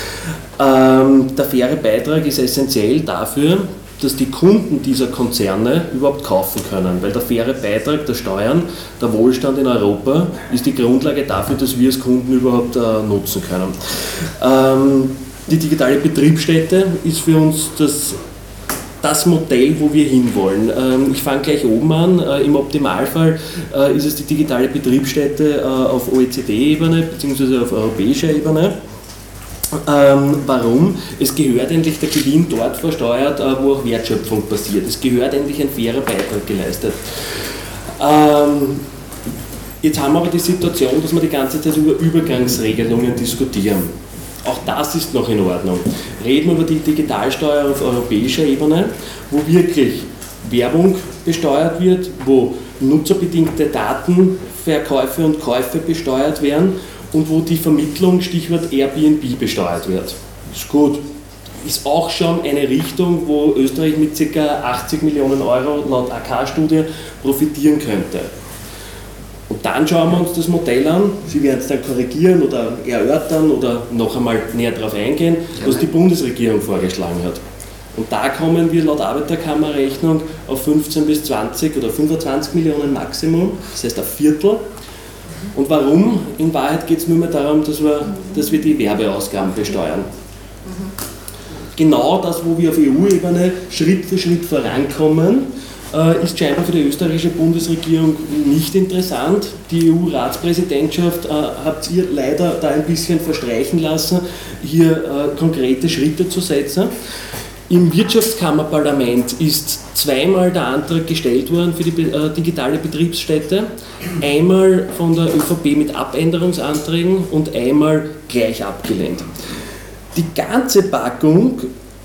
[SPEAKER 5] Ähm, der faire Beitrag ist essentiell dafür, dass die Kunden dieser Konzerne überhaupt kaufen können, weil der faire Beitrag der Steuern, der Wohlstand in Europa, ist die Grundlage dafür, dass wir als Kunden überhaupt äh, nutzen können. Ähm, Die digitale Betriebsstätte ist für uns das, das Modell, wo wir hinwollen. Ähm, ich fange gleich oben an. Äh, Im Optimalfall äh, ist es die digitale Betriebsstätte äh, auf O E C D-Ebene bzw. auf europäischer Ebene. Ähm, warum? Es gehört endlich der Gewinn dort versteuert, äh, wo auch Wertschöpfung passiert. Es gehört endlich ein fairer Beitrag geleistet. Ähm, jetzt haben wir aber die Situation, dass wir die ganze Zeit über Übergangsregelungen diskutieren. Auch das ist noch in Ordnung. Reden wir über die Digitalsteuer auf europäischer Ebene, wo wirklich Werbung besteuert wird, wo nutzerbedingte Datenverkäufe und Käufe besteuert werden und wo die Vermittlung, Stichwort Airbnb, besteuert wird. Ist gut. Ist auch schon eine Richtung, wo Österreich mit ca. achtzig Millionen Euro laut A K-Studie profitieren könnte. Und dann schauen wir uns das Modell an, Sie werden es dann korrigieren oder erörtern oder noch einmal näher darauf eingehen, was die Bundesregierung vorgeschlagen hat. Und da kommen wir laut Arbeiterkammerrechnung auf fünfzehn bis zwanzig oder fünfundzwanzig Millionen Maximum, das heißt ein Viertel. Und warum? In Wahrheit geht es nur mehr darum, dass wir, dass wir die Werbeausgaben besteuern. Genau das, wo wir auf E U-Ebene Schritt für Schritt vorankommen, äh, ist scheinbar für die österreichische Bundesregierung nicht interessant. Die E U-Ratspräsidentschaft äh, habt ihr leider da ein bisschen verstreichen lassen, hier äh, konkrete Schritte zu setzen. Im Wirtschaftskammerparlament ist zweimal der Antrag gestellt worden für die äh, digitale Betriebsstätte, einmal von der ÖVP mit Abänderungsanträgen und einmal gleich abgelehnt. Die ganze Packung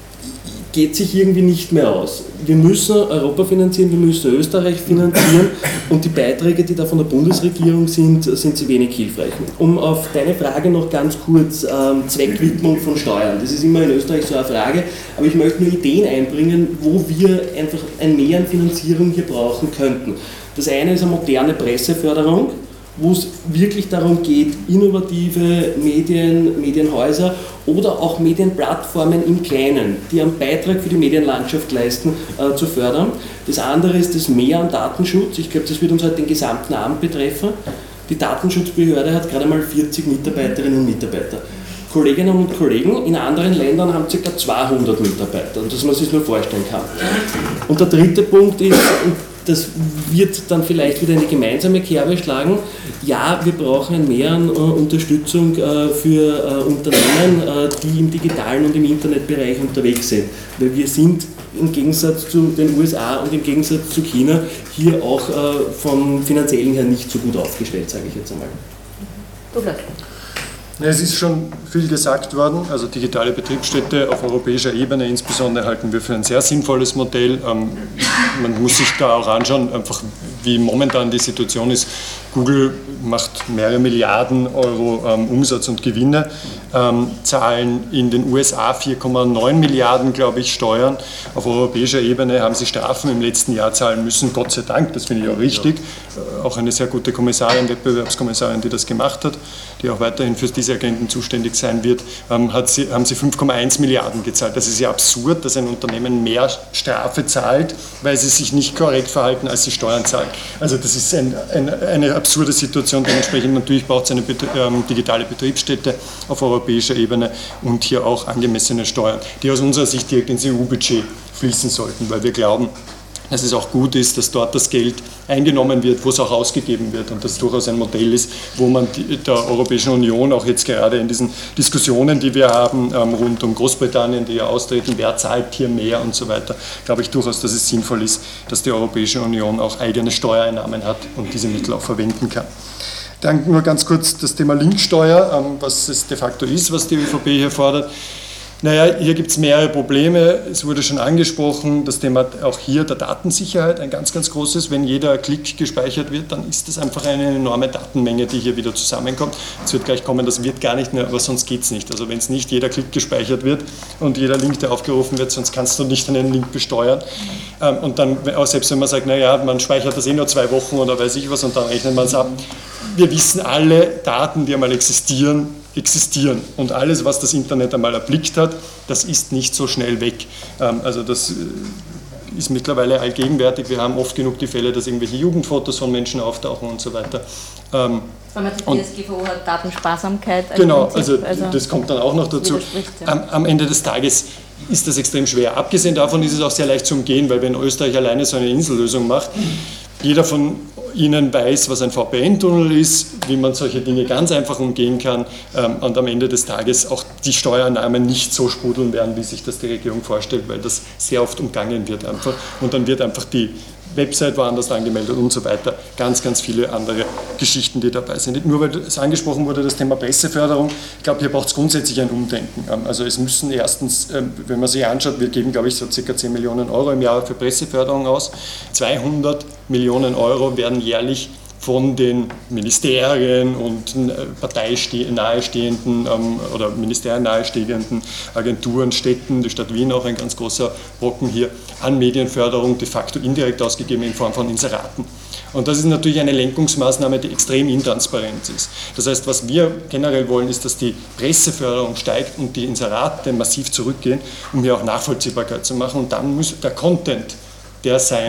[SPEAKER 5] geht sich irgendwie nicht mehr aus. Wir müssen Europa finanzieren, wir müssen Österreich finanzieren und die Beiträge, die da von der Bundesregierung sind, sind sie wenig hilfreich. Um auf deine Frage noch ganz kurz, ähm, Zweckwidmung von Steuern. Das ist immer in Österreich so eine Frage, aber ich möchte nur Ideen einbringen, wo wir einfach ein Mehr an Finanzierung hier brauchen könnten. Das eine ist eine moderne Presseförderung, wo es wirklich darum geht, innovative Medien, Medienhäuser oder auch Medienplattformen im Kleinen, die einen Beitrag für die Medienlandschaft leisten, äh, zu fördern. Das andere ist das Mehr an Datenschutz. Ich glaube, das wird uns halt den gesamten Abend betreffen. Die Datenschutzbehörde hat gerade mal vierzig Mitarbeiterinnen und Mitarbeiter. Kolleginnen und Kollegen in anderen Ländern haben ca. zweihundert Mitarbeiter, dass man sich nur vorstellen kann. Und der dritte Punkt ist, das wird dann vielleicht wieder eine gemeinsame Kerbe schlagen. Ja, wir brauchen ein Mehr an äh, Unterstützung äh, für äh, Unternehmen, äh, die im digitalen und im Internetbereich unterwegs sind. Weil wir sind im Gegensatz zu den U S A und im Gegensatz zu China hier auch äh, vom finanziellen her nicht so gut aufgestellt, sage ich jetzt einmal.
[SPEAKER 2] Douglas.
[SPEAKER 4] Ja, es ist schon viel gesagt worden, also digitale Betriebsstätte auf europäischer Ebene insbesondere halten wir für ein sehr sinnvolles Modell. Ähm, man muss sich da auch anschauen, einfach wie momentan die Situation ist. Google macht mehrere Milliarden Euro ähm, Umsatz und Gewinne, ähm, zahlen in den U S A vier Komma neun Milliarden, glaube ich, Steuern. Auf europäischer Ebene haben sie Strafen im letzten Jahr zahlen müssen, Gott sei Dank, das finde ich auch richtig. Äh, auch eine sehr gute Kommissarin, Wettbewerbskommissarin, die das gemacht hat, die auch weiterhin für diese Agenten zuständig sein wird, ähm, hat sie, haben sie fünf Komma eins Milliarden gezahlt. Das ist ja absurd, dass ein Unternehmen mehr Strafe zahlt, weil sie sich nicht korrekt verhalten, als sie Steuern zahlen. Also das ist ein, ein, eine absurde Situation. Dementsprechend natürlich braucht es eine ähm, digitale Betriebsstätte auf europäischer Ebene und hier auch angemessene Steuern, die aus unserer Sicht direkt ins E U-Budget fließen sollten, weil wir glauben, dass es auch gut ist, dass dort das Geld eingenommen wird, wo es auch ausgegeben wird und das durchaus ein Modell ist, wo man die, der Europäischen Union auch jetzt gerade in diesen Diskussionen, die wir haben, ähm, rund um Großbritannien, die ja austreten, wer zahlt hier mehr und so weiter, glaube ich durchaus, dass es sinnvoll ist, dass die Europäische Union auch eigene Steuereinnahmen hat und diese Mittel auch verwenden kann. Dann nur ganz kurz das Thema Linksteuer, ähm, was es de facto ist, was die ÖVP hier fordert. Naja, hier gibt es mehrere Probleme. Es wurde schon angesprochen, das Thema auch hier der Datensicherheit, ein ganz, ganz großes. Wenn jeder Klick gespeichert wird, dann ist das einfach eine enorme Datenmenge, die hier wieder zusammenkommt. Es wird gleich kommen, das wird gar nicht mehr, aber sonst geht es nicht. Also wenn es nicht jeder Klick gespeichert wird und jeder Link, der aufgerufen wird, sonst kannst du nicht einen Link besteuern. Und dann, auch selbst wenn man sagt, naja, man speichert das eh nur zwei Wochen oder weiß ich was und dann rechnet man es ab. Wir wissen, alle Daten, die einmal existieren, existieren. Und alles, was das Internet einmal erblickt hat, das ist nicht so schnell weg. Also das ist mittlerweile allgegenwärtig. Wir haben oft genug die Fälle, dass irgendwelche Jugendfotos von Menschen auftauchen und so weiter.
[SPEAKER 2] Vor allem die D S G V O hat Datensparsamkeit. Als
[SPEAKER 4] genau,
[SPEAKER 2] Prinzip,
[SPEAKER 4] also,
[SPEAKER 2] also
[SPEAKER 4] das kommt dann auch noch dazu.
[SPEAKER 2] Ja.
[SPEAKER 4] Am, am Ende des Tages ist das extrem schwer. Abgesehen davon ist es auch sehr leicht zu umgehen, weil wenn Österreich alleine so eine Insellösung macht, jeder von Ihnen weiß, was ein V P N-Tunnel ist, wie man solche Dinge ganz einfach umgehen kann ähm, und am Ende des Tages auch die Steuereinnahmen nicht so sprudeln werden, wie sich das die Regierung vorstellt, weil das sehr oft umgangen wird einfach und dann wird einfach die Website woanders angemeldet und so weiter. Ganz, ganz viele andere Geschichten, die dabei sind. Nur weil es angesprochen wurde, das Thema Presseförderung, ich glaube, hier braucht es grundsätzlich ein Umdenken. Also es müssen erstens, wenn man sich anschaut, wir geben, glaube ich, so ca. zehn Millionen Euro im Jahr für Presseförderung aus. zweihundert Millionen Euro werden jährlich von den Ministerien und parteinahe-stehenden ähm, oder ministeriennahestehenden Agenturen, Städten, die Stadt Wien auch ein ganz großer Brocken hier, an Medienförderung de facto indirekt ausgegeben in Form von Inseraten. Und das ist natürlich eine Lenkungsmaßnahme, die extrem intransparent ist. Das heißt, was wir generell wollen, ist, dass die Presseförderung steigt und die Inserate massiv zurückgehen, um hier auch Nachvollziehbarkeit zu machen. Und dann muss der Content der sein,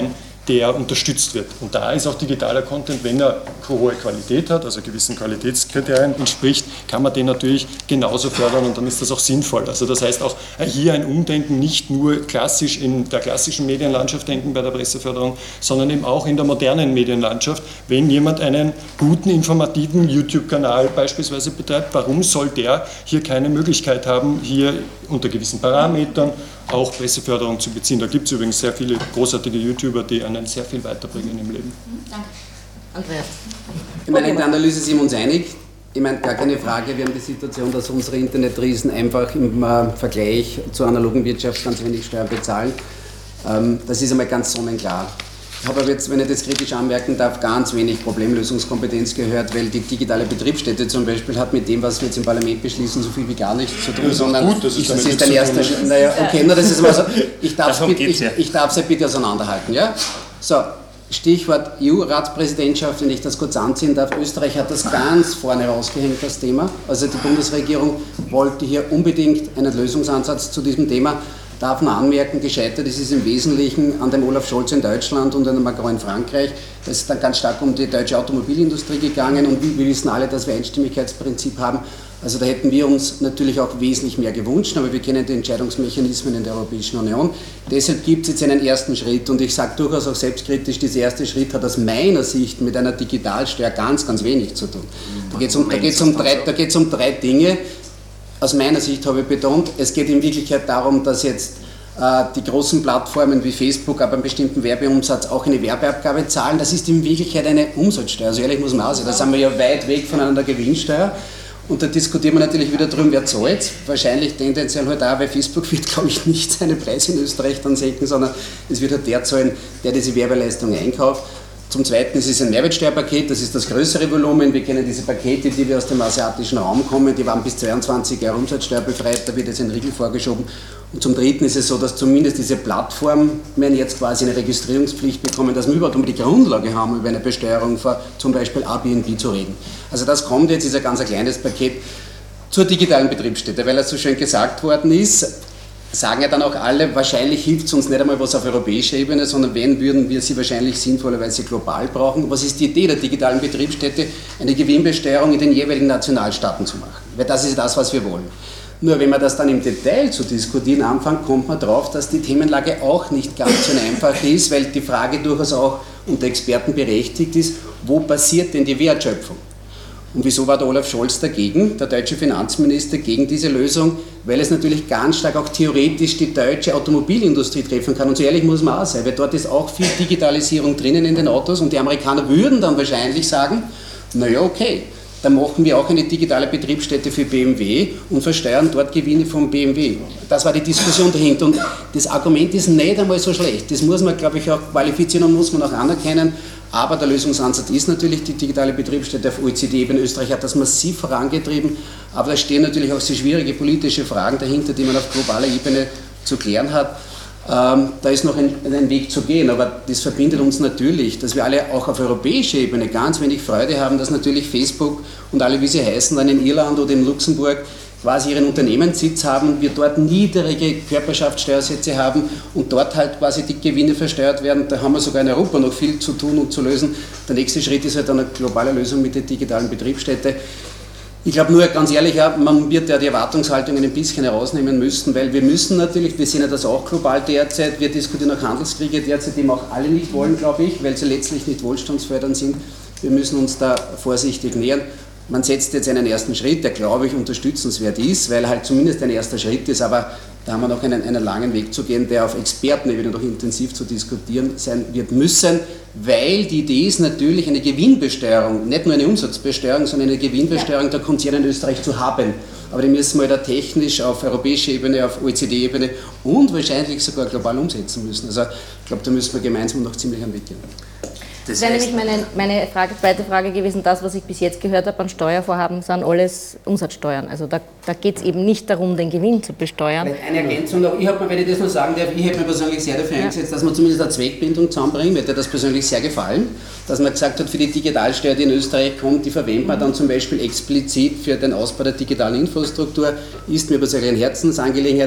[SPEAKER 4] der unterstützt wird. Und da ist auch digitaler Content, wenn er hohe Qualität hat, also gewissen Qualitätskriterien entspricht, kann man den natürlich genauso fördern und dann ist das auch sinnvoll. Also das heißt auch hier ein Umdenken, nicht nur klassisch in der klassischen Medienlandschaft denken bei der Presseförderung, sondern eben auch in der modernen Medienlandschaft. Wenn jemand einen guten, informativen YouTube-Kanal beispielsweise betreibt, warum soll der hier keine Möglichkeit haben, hier unter gewissen Parametern auch Presseförderung zu beziehen? Da gibt es übrigens sehr viele großartige YouTuber, die einen sehr viel weiterbringen im Leben.
[SPEAKER 6] Danke.
[SPEAKER 2] Andreas.
[SPEAKER 3] Ich meine, in der Analyse sind wir uns einig. Ich meine, gar keine Frage, wir haben die Situation, dass unsere Internetriesen einfach im äh, Vergleich zur analogen Wirtschaft ganz wenig Steuern bezahlen. Ähm, das ist einmal ganz sonnenklar. Ich habe aber jetzt, wenn ich das kritisch anmerken darf, ganz wenig Problemlösungskompetenz gehört, weil die digitale Betriebsstätte zum Beispiel hat mit dem, was wir jetzt im Parlament beschließen, so viel wie gar nichts zu tun.
[SPEAKER 4] Das ist
[SPEAKER 3] sondern
[SPEAKER 4] gut, das ist,
[SPEAKER 3] das ist ein erster Schritt. Naja, okay, na, das ist mal so. Ich darf es
[SPEAKER 5] ja.
[SPEAKER 3] ich, ja bitte auseinanderhalten. Ja? So, Stichwort E U-Ratspräsidentschaft, wenn ich das kurz anziehen darf. Österreich hat das ganz vorne rausgehängt, das Thema. Also die Bundesregierung wollte hier unbedingt einen Lösungsansatz zu diesem Thema. Darf man anmerken, gescheitert ist es im Wesentlichen an dem Olaf Scholz in Deutschland und an dem Macron in Frankreich. Das ist dann ganz stark um die deutsche Automobilindustrie gegangen und wir wissen alle, dass wir Einstimmigkeitsprinzip haben. Also da hätten wir uns natürlich auch wesentlich mehr gewünscht, aber wir kennen die Entscheidungsmechanismen in der Europäischen Union. Deshalb gibt es jetzt einen ersten Schritt und ich sage durchaus auch selbstkritisch, dieser erste Schritt hat aus meiner Sicht mit einer Digitalsteuer ganz, ganz wenig zu tun. Da geht es um, da geht's um, drei, da geht's um drei Dinge. Aus meiner Sicht habe ich betont, es geht in Wirklichkeit darum, dass jetzt äh, die großen Plattformen wie Facebook ab einem bestimmten Werbeumsatz auch eine Werbeabgabe zahlen. Das ist in Wirklichkeit eine Umsatzsteuer. Also ehrlich muss man auch sagen, da sind wir ja weit weg von einer Gewinnsteuer. Und da diskutieren wir natürlich wieder drüber, wer zahlt. Wahrscheinlich tendenziell halt auch, weil Facebook wird, glaube ich, nicht seine Preise in Österreich dann senken, sondern es wird halt der zahlen, der diese Werbeleistung einkauft. Zum Zweiten ist es ein Mehrwertsteuerpaket, das ist das größere Volumen. Wir kennen diese Pakete, die wir aus dem asiatischen Raum kommen, die waren bis zweiundzwanzig Jahre Umsatzsteuer befreit, da wird jetzt ein Riegel vorgeschoben. Und zum Dritten ist es so, dass zumindest diese Plattformen jetzt quasi eine Registrierungspflicht bekommen, dass wir überhaupt die Grundlage haben, über eine Besteuerung von zum Beispiel Airbnb zu reden. Also das kommt jetzt, ist ein ganz kleines Paket zur digitalen Betriebsstätte, weil es so schön gesagt worden ist. Sagen ja dann auch alle, wahrscheinlich hilft es uns nicht einmal was auf europäischer Ebene, sondern wenn, würden wir sie wahrscheinlich sinnvollerweise global brauchen. Was ist die Idee der digitalen Betriebsstätte? Eine Gewinnbesteuerung in den jeweiligen Nationalstaaten zu machen. Weil das ist das, was wir wollen. Nur wenn man das dann im Detail zu diskutieren anfängt, kommt man drauf, dass die Themenlage auch nicht ganz so einfach ist, weil die Frage durchaus auch unter Experten berechtigt ist, wo passiert denn die Wertschöpfung? Und wieso war der Olaf Scholz dagegen, der deutsche Finanzminister, gegen diese Lösung? Weil es natürlich ganz stark auch theoretisch die deutsche Automobilindustrie treffen kann. Und so ehrlich muss man auch sein, weil dort ist auch viel Digitalisierung drinnen in den Autos und die Amerikaner würden dann wahrscheinlich sagen, naja, okay, dann machen wir auch eine digitale Betriebsstätte für B M W und versteuern dort Gewinne vom B M W. Das war die Diskussion dahinter und das Argument ist nicht einmal so schlecht. Das muss man, glaube ich, auch qualifizieren und muss man auch anerkennen. Aber der Lösungsansatz ist natürlich die digitale Betriebsstätte auf O E C D-Ebene. Österreich hat das massiv vorangetrieben, aber da stehen natürlich auch sehr schwierige politische Fragen dahinter, die man auf globaler Ebene zu klären hat. Ähm, da ist noch ein, ein Weg zu gehen, aber das verbindet uns natürlich, dass wir alle auch auf europäischer Ebene ganz wenig Freude haben, dass natürlich Facebook und alle, wie sie heißen, dann in Irland oder in Luxemburg quasi ihren Unternehmenssitz haben, wir dort niedrige Körperschaftssteuersätze haben und dort halt quasi die Gewinne versteuert werden. Da haben wir sogar in Europa noch viel zu tun und zu lösen. Der nächste Schritt ist halt eine globale Lösung mit der digitalen Betriebsstätte. Ich glaube nur, ganz ehrlich, ja, man wird ja die Erwartungshaltungen ein bisschen herausnehmen müssen, weil wir müssen natürlich, wir sehen ja das auch global derzeit, wir diskutieren auch Handelskriege derzeit, die wir auch alle nicht wollen, glaube ich, weil sie letztlich nicht wohlstandsfördernd sind. Wir müssen uns da vorsichtig nähern. Man setzt jetzt einen ersten Schritt, der, glaube ich, unterstützenswert ist, weil halt zumindest ein erster Schritt ist, aber da haben wir noch einen, einen langen Weg zu gehen, der auf Expertenebene noch intensiv zu diskutieren sein wird müssen, weil die Idee ist natürlich eine Gewinnbesteuerung, nicht nur eine Umsatzbesteuerung, sondern eine Gewinnbesteuerung der Konzerne in Österreich zu haben. Aber die müssen wir da technisch auf europäischer Ebene, auf O E C D-Ebene und wahrscheinlich sogar global umsetzen müssen. Also ich glaube, da müssen wir gemeinsam noch ziemlich am Weg gehen.
[SPEAKER 2] Das wäre nämlich meine, meine Frage, zweite Frage gewesen, das, was ich bis jetzt gehört habe an Steuervorhaben, sind alles Umsatzsteuern. Also da, da geht es eben nicht darum, den Gewinn zu besteuern.
[SPEAKER 3] Eine Ergänzung noch, ich habe mir, wenn ich das noch sagen darf, ich hätte mir persönlich sehr dafür eingesetzt, ja. dass man zumindest eine Zweckbindung zusammenbringt, mir hat das persönlich sehr gefallen, dass man gesagt hat, für die Digitalsteuer, die in Österreich kommt, die verwenden wir dann zum Beispiel explizit für den Ausbau der digitalen Infrastruktur, ist mir persönlich eine Herzensangelegenheit.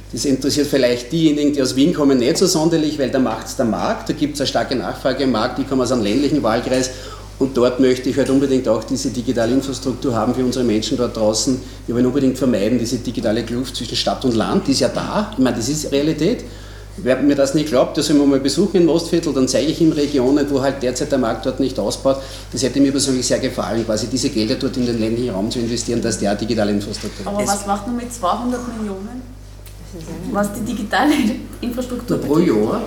[SPEAKER 3] Das interessiert vielleicht diejenigen, die aus Wien kommen, nicht so sonderlich, weil da macht es der Markt, da gibt es eine starke Nachfrage im Markt, ich komme aus einem ländlichen Wahlkreis und dort möchte ich halt unbedingt auch diese digitale Infrastruktur haben für unsere Menschen dort draußen. Wir wollen unbedingt vermeiden, diese digitale Kluft zwischen Stadt und Land, die ist ja da, ich meine, das ist Realität. Wer mir das nicht glaubt, das soll man mal besuchen in Mostviertel, dann zeige ich ihm Regionen, wo halt derzeit der Markt dort nicht ausbaut. Das hätte mir persönlich sehr gefallen, quasi diese Gelder dort in den ländlichen Raum zu investieren, dass der digitale Infrastruktur ist.
[SPEAKER 6] Aber was macht man mit zweihundert Millionen? Was die digitale Infrastruktur
[SPEAKER 3] pro Jahr?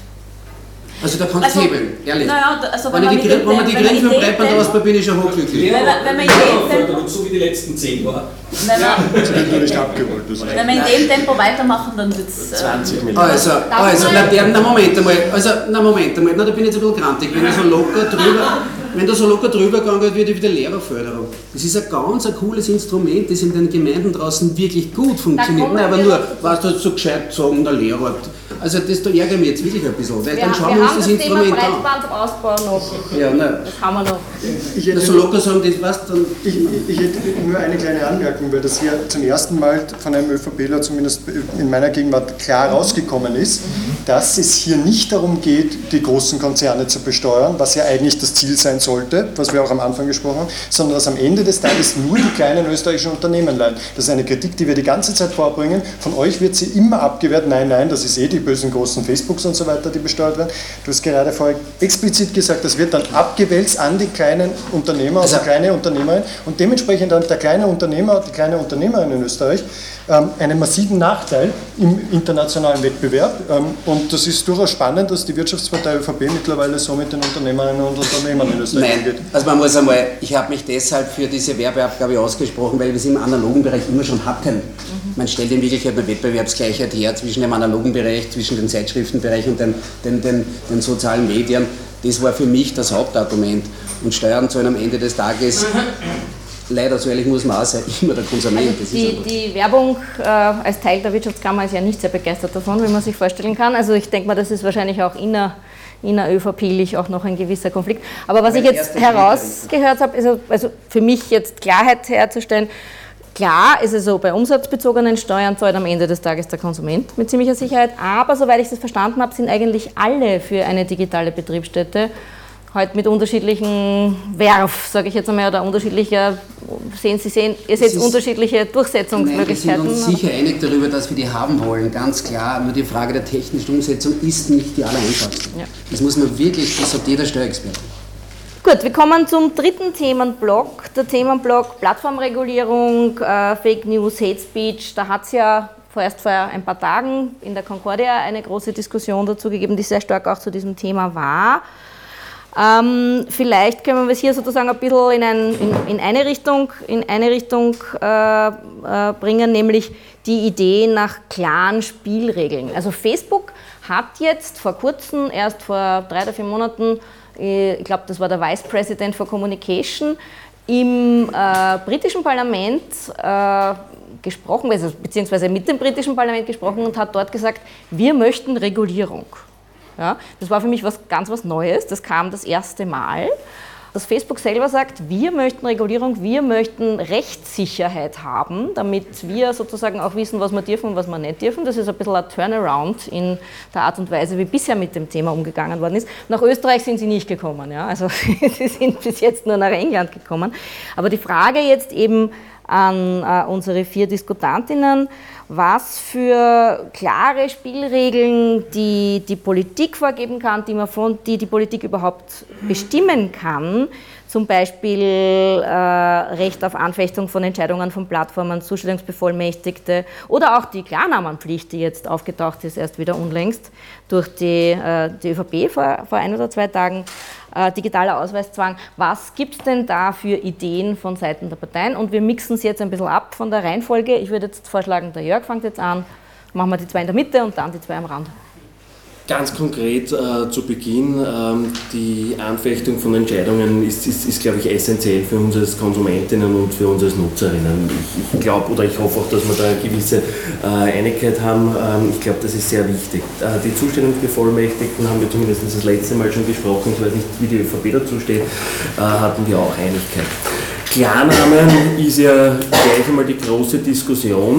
[SPEAKER 3] Also da kannst du
[SPEAKER 6] also,
[SPEAKER 3] hebeln, ehrlich.
[SPEAKER 6] Naja, also wenn,
[SPEAKER 3] wenn,
[SPEAKER 6] man
[SPEAKER 3] ich die, wenn man die Grenzen für Breitband ausbaut, bin ich schon hochglücklich.
[SPEAKER 6] Wenn man, wenn man in dem Tempo,
[SPEAKER 7] so wie die letzten zehn Jahre.
[SPEAKER 6] Wenn
[SPEAKER 4] ja, das wird noch nicht abgeholt. Das
[SPEAKER 6] wenn wir in dem Tempo weitermachen, dann wird es
[SPEAKER 7] zwanzig Millionen.
[SPEAKER 3] Also, also na, der, na Moment einmal, also, na Moment einmal, na, da bin ich jetzt ein bisschen grantig, wenn ich so locker drüber... Wenn da so locker drüber gegangen wird, wie die Lehrerförderung. Das ist ein ganz ein cooles Instrument, das in den Gemeinden draußen wirklich gut funktioniert. Nein, aber nur, was du so gescheit sagen, der Lehrer. Also das da ärgert mich jetzt wirklich ein bisschen, weil
[SPEAKER 2] wir
[SPEAKER 3] dann schauen wir uns das, das Instrument an.
[SPEAKER 2] Breitbandausbau noch.
[SPEAKER 3] Ja, nein.
[SPEAKER 2] Das haben wir noch.
[SPEAKER 4] Ich hätte,
[SPEAKER 3] so locker sagen, das was dann...
[SPEAKER 4] Ich, ich hätte nur eine kleine Anmerkung, weil das hier zum ersten Mal von einem ÖVPler zumindest in meiner Gegenwart klar rausgekommen ist, dass es hier nicht darum geht, die großen Konzerne zu besteuern, was ja eigentlich das Ziel sein sollte, was wir auch am Anfang gesprochen haben, sondern dass am Ende des Tages nur die kleinen österreichischen Unternehmen leiden. Das ist eine Kritik, die wir die ganze Zeit vorbringen. Von euch wird sie immer abgewehrt. Nein, nein, das ist eh die bösen großen Facebooks und so weiter, die besteuert werden. Du hast gerade vorher explizit gesagt, das wird dann abgewälzt an die kleinen Unternehmer, also kleine Unternehmerinnen und dementsprechend dann der kleine Unternehmer, die kleine Unternehmerin in Österreich ähm, einen massiven Nachteil im internationalen Wettbewerb. Ähm, und das ist durchaus spannend, dass die Wirtschaftspartei ÖVP mittlerweile so mit den Unternehmerinnen und Unternehmern in Österreich
[SPEAKER 3] umgeht. Nein, also man muss einmal, ich habe mich deshalb für diese Werbeabgabe ausgesprochen, weil wir es im analogen Bereich immer schon hatten. Mhm. Man stellt in Wirklichkeit eine Wettbewerbsgleichheit her zwischen dem analogen Bereich, zwischen dem Zeitschriftenbereich und den, den, den, den sozialen Medien. Das war für mich das Hauptargument. Und Steuern zahlen am Ende des Tages, leider, so ehrlich muss man auch sein, immer der Konsument.
[SPEAKER 2] Also die, die Werbung äh, als Teil der Wirtschaftskammer ist ja nicht sehr begeistert davon, wie man sich vorstellen kann. Also ich denke mal, das ist wahrscheinlich auch inner, innerÖVP-lich auch noch ein gewisser Konflikt. Aber was ich jetzt herausgehört habe, also, also für mich jetzt Klarheit herzustellen, klar ist es so, bei umsatzbezogenen Steuern zahlt am Ende des Tages der Konsument mit ziemlicher Sicherheit, aber soweit ich das verstanden habe, sind eigentlich alle für eine digitale Betriebsstätte halt mit unterschiedlichen Werf, sage ich jetzt einmal, oder unterschiedlicher, sehen Sie, sehen, ihr seht unterschiedliche Durchsetzungsmöglichkeiten.
[SPEAKER 3] Nein, wir sind uns sicher einig darüber, dass wir die haben wollen, ganz klar. Nur die Frage der technischen Umsetzung ist nicht die allereinfachste. Ja. Das muss man wirklich, das sagt jeder Steuerexperte.
[SPEAKER 2] Gut, wir kommen zum dritten Themenblock, der Themenblock Plattformregulierung, äh, Fake News, Hate Speech. Da hat es ja vorerst vor ein paar Tagen in der Concordia eine große Diskussion dazu gegeben, die sehr stark auch zu diesem Thema war. Ähm, vielleicht können wir es hier sozusagen ein bisschen in, ein, in, in eine Richtung, in eine Richtung äh, äh, bringen, nämlich die Idee nach klaren Spielregeln. Also Facebook hat jetzt vor kurzem, erst vor drei oder vier Monaten, ich glaube, das war der Vice President for Communication, im äh, britischen Parlament äh, gesprochen, also, beziehungsweise mit dem britischen Parlament gesprochen und hat dort gesagt, wir möchten Regulierung. Ja, das war für mich was, ganz was Neues, das kam das erste Mal. Dass Facebook selber sagt, wir möchten Regulierung, wir möchten Rechtssicherheit haben, damit wir sozusagen auch wissen, was wir dürfen und was wir nicht dürfen. Das ist ein bisschen ein Turnaround in der Art und Weise, wie bisher mit dem Thema umgegangen worden ist. Nach Österreich sind sie nicht gekommen, ja? Also sie sind bis jetzt nur nach England gekommen. Aber die Frage jetzt eben an äh, unsere vier Diskutantinnen, was für klare Spielregeln die die Politik vorgeben kann, die, man von, die die Politik überhaupt bestimmen kann, zum Beispiel äh, Recht auf Anfechtung von Entscheidungen von Plattformen, Zustellungsbevollmächtigte oder auch die Klarnamenpflicht, die jetzt aufgetaucht ist, erst wieder unlängst durch die, äh, die ÖVP vor, vor ein oder zwei Tagen, äh, digitaler Ausweiszwang. Was gibt es denn da für Ideen von Seiten der Parteien? Und wir mixen es jetzt ein bisschen ab von der Reihenfolge. Ich würde jetzt vorschlagen, der Jörg fängt jetzt an, machen wir die zwei in der Mitte und dann die zwei am Rand.
[SPEAKER 5] Ganz konkret äh, zu Beginn, ähm, die Anfechtung von Entscheidungen ist, ist, ist, glaube ich, essentiell für uns als Konsumentinnen und für uns als Nutzerinnen. Ich, ich glaube oder ich hoffe auch, dass wir da eine gewisse äh, Einigkeit haben. Ähm, ich glaube, das ist sehr wichtig. Äh, die Zustellungsbevollmächtigten haben wir zumindest das letzte Mal schon gesprochen, ich weiß nicht, wie die ÖVP dazu steht, äh, hatten wir auch Einigkeit. Klarnamen ist ja gleich einmal die große Diskussion.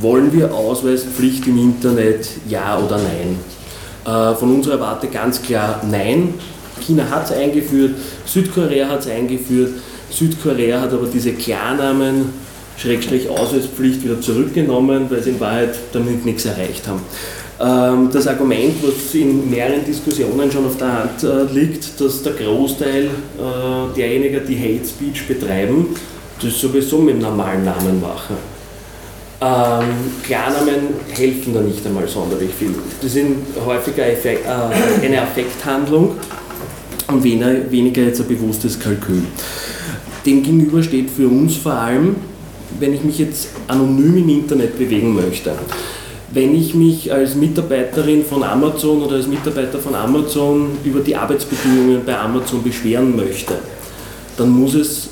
[SPEAKER 5] wollen wir Ausweispflicht im Internet, ja oder nein? Äh, von unserer Warte ganz klar nein. China hat es eingeführt, Südkorea hat es eingeführt, Südkorea hat aber diese Klarnamen, Schrägstrich Ausweispflicht wieder zurückgenommen, weil sie in Wahrheit damit nichts erreicht haben. Ähm, das Argument, was in mehreren Diskussionen schon auf der Hand äh, liegt, dass der Großteil äh, derjenigen, die Hate Speech betreiben, das sowieso mit einem normalen Namen machen. Ähm, Klarnamen helfen da nicht einmal sonderlich viel. Das sind häufiger Effekt, äh, eine Affekthandlung und weniger, weniger jetzt ein bewusstes Kalkül. Demgegenüber steht für uns vor allem, wenn ich mich jetzt anonym im Internet bewegen möchte. Wenn ich mich als Mitarbeiterin von Amazon oder als Mitarbeiter von Amazon über die Arbeitsbedingungen bei Amazon beschweren möchte, dann muss es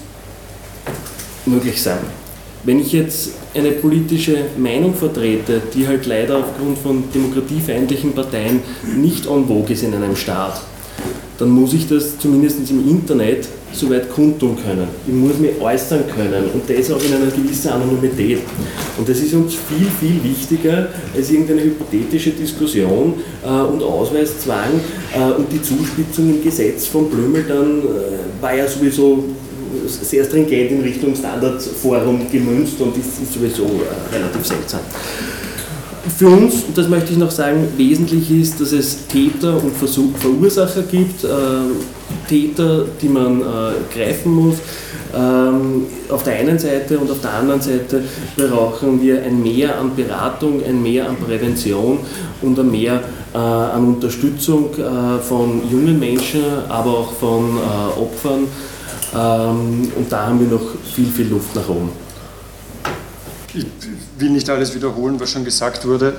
[SPEAKER 5] möglich sein. Wenn ich jetzt eine politische Meinung vertrete, die halt leider aufgrund von demokratiefeindlichen Parteien nicht en vogue ist in einem Staat, dann muss ich das zumindest im Internet soweit kundtun können. Ich muss mich äußern können und das auch in einer gewissen Anonymität. Und das ist uns viel, viel wichtiger als irgendeine hypothetische Diskussion äh, und Ausweiszwang äh, und die Zuspitzung im Gesetz von Blümel dann äh, war ja sowieso sehr stringent in Richtung Standardforum gemünzt und ist, ist sowieso äh, relativ seltsam. Für uns, und das möchte ich noch sagen, wesentlich ist, dass es Täter und Versuch, Verursacher gibt, äh, Täter, die man äh, greifen muss. Ähm, auf der einen Seite und auf der anderen Seite brauchen wir ein Mehr an Beratung, ein Mehr an Prävention und ein Mehr äh, an Unterstützung äh, von jungen Menschen, aber auch von äh, Opfern. Ähm, und da haben wir noch viel, viel Luft nach oben.
[SPEAKER 4] Ich will nicht alles wiederholen, was schon gesagt wurde.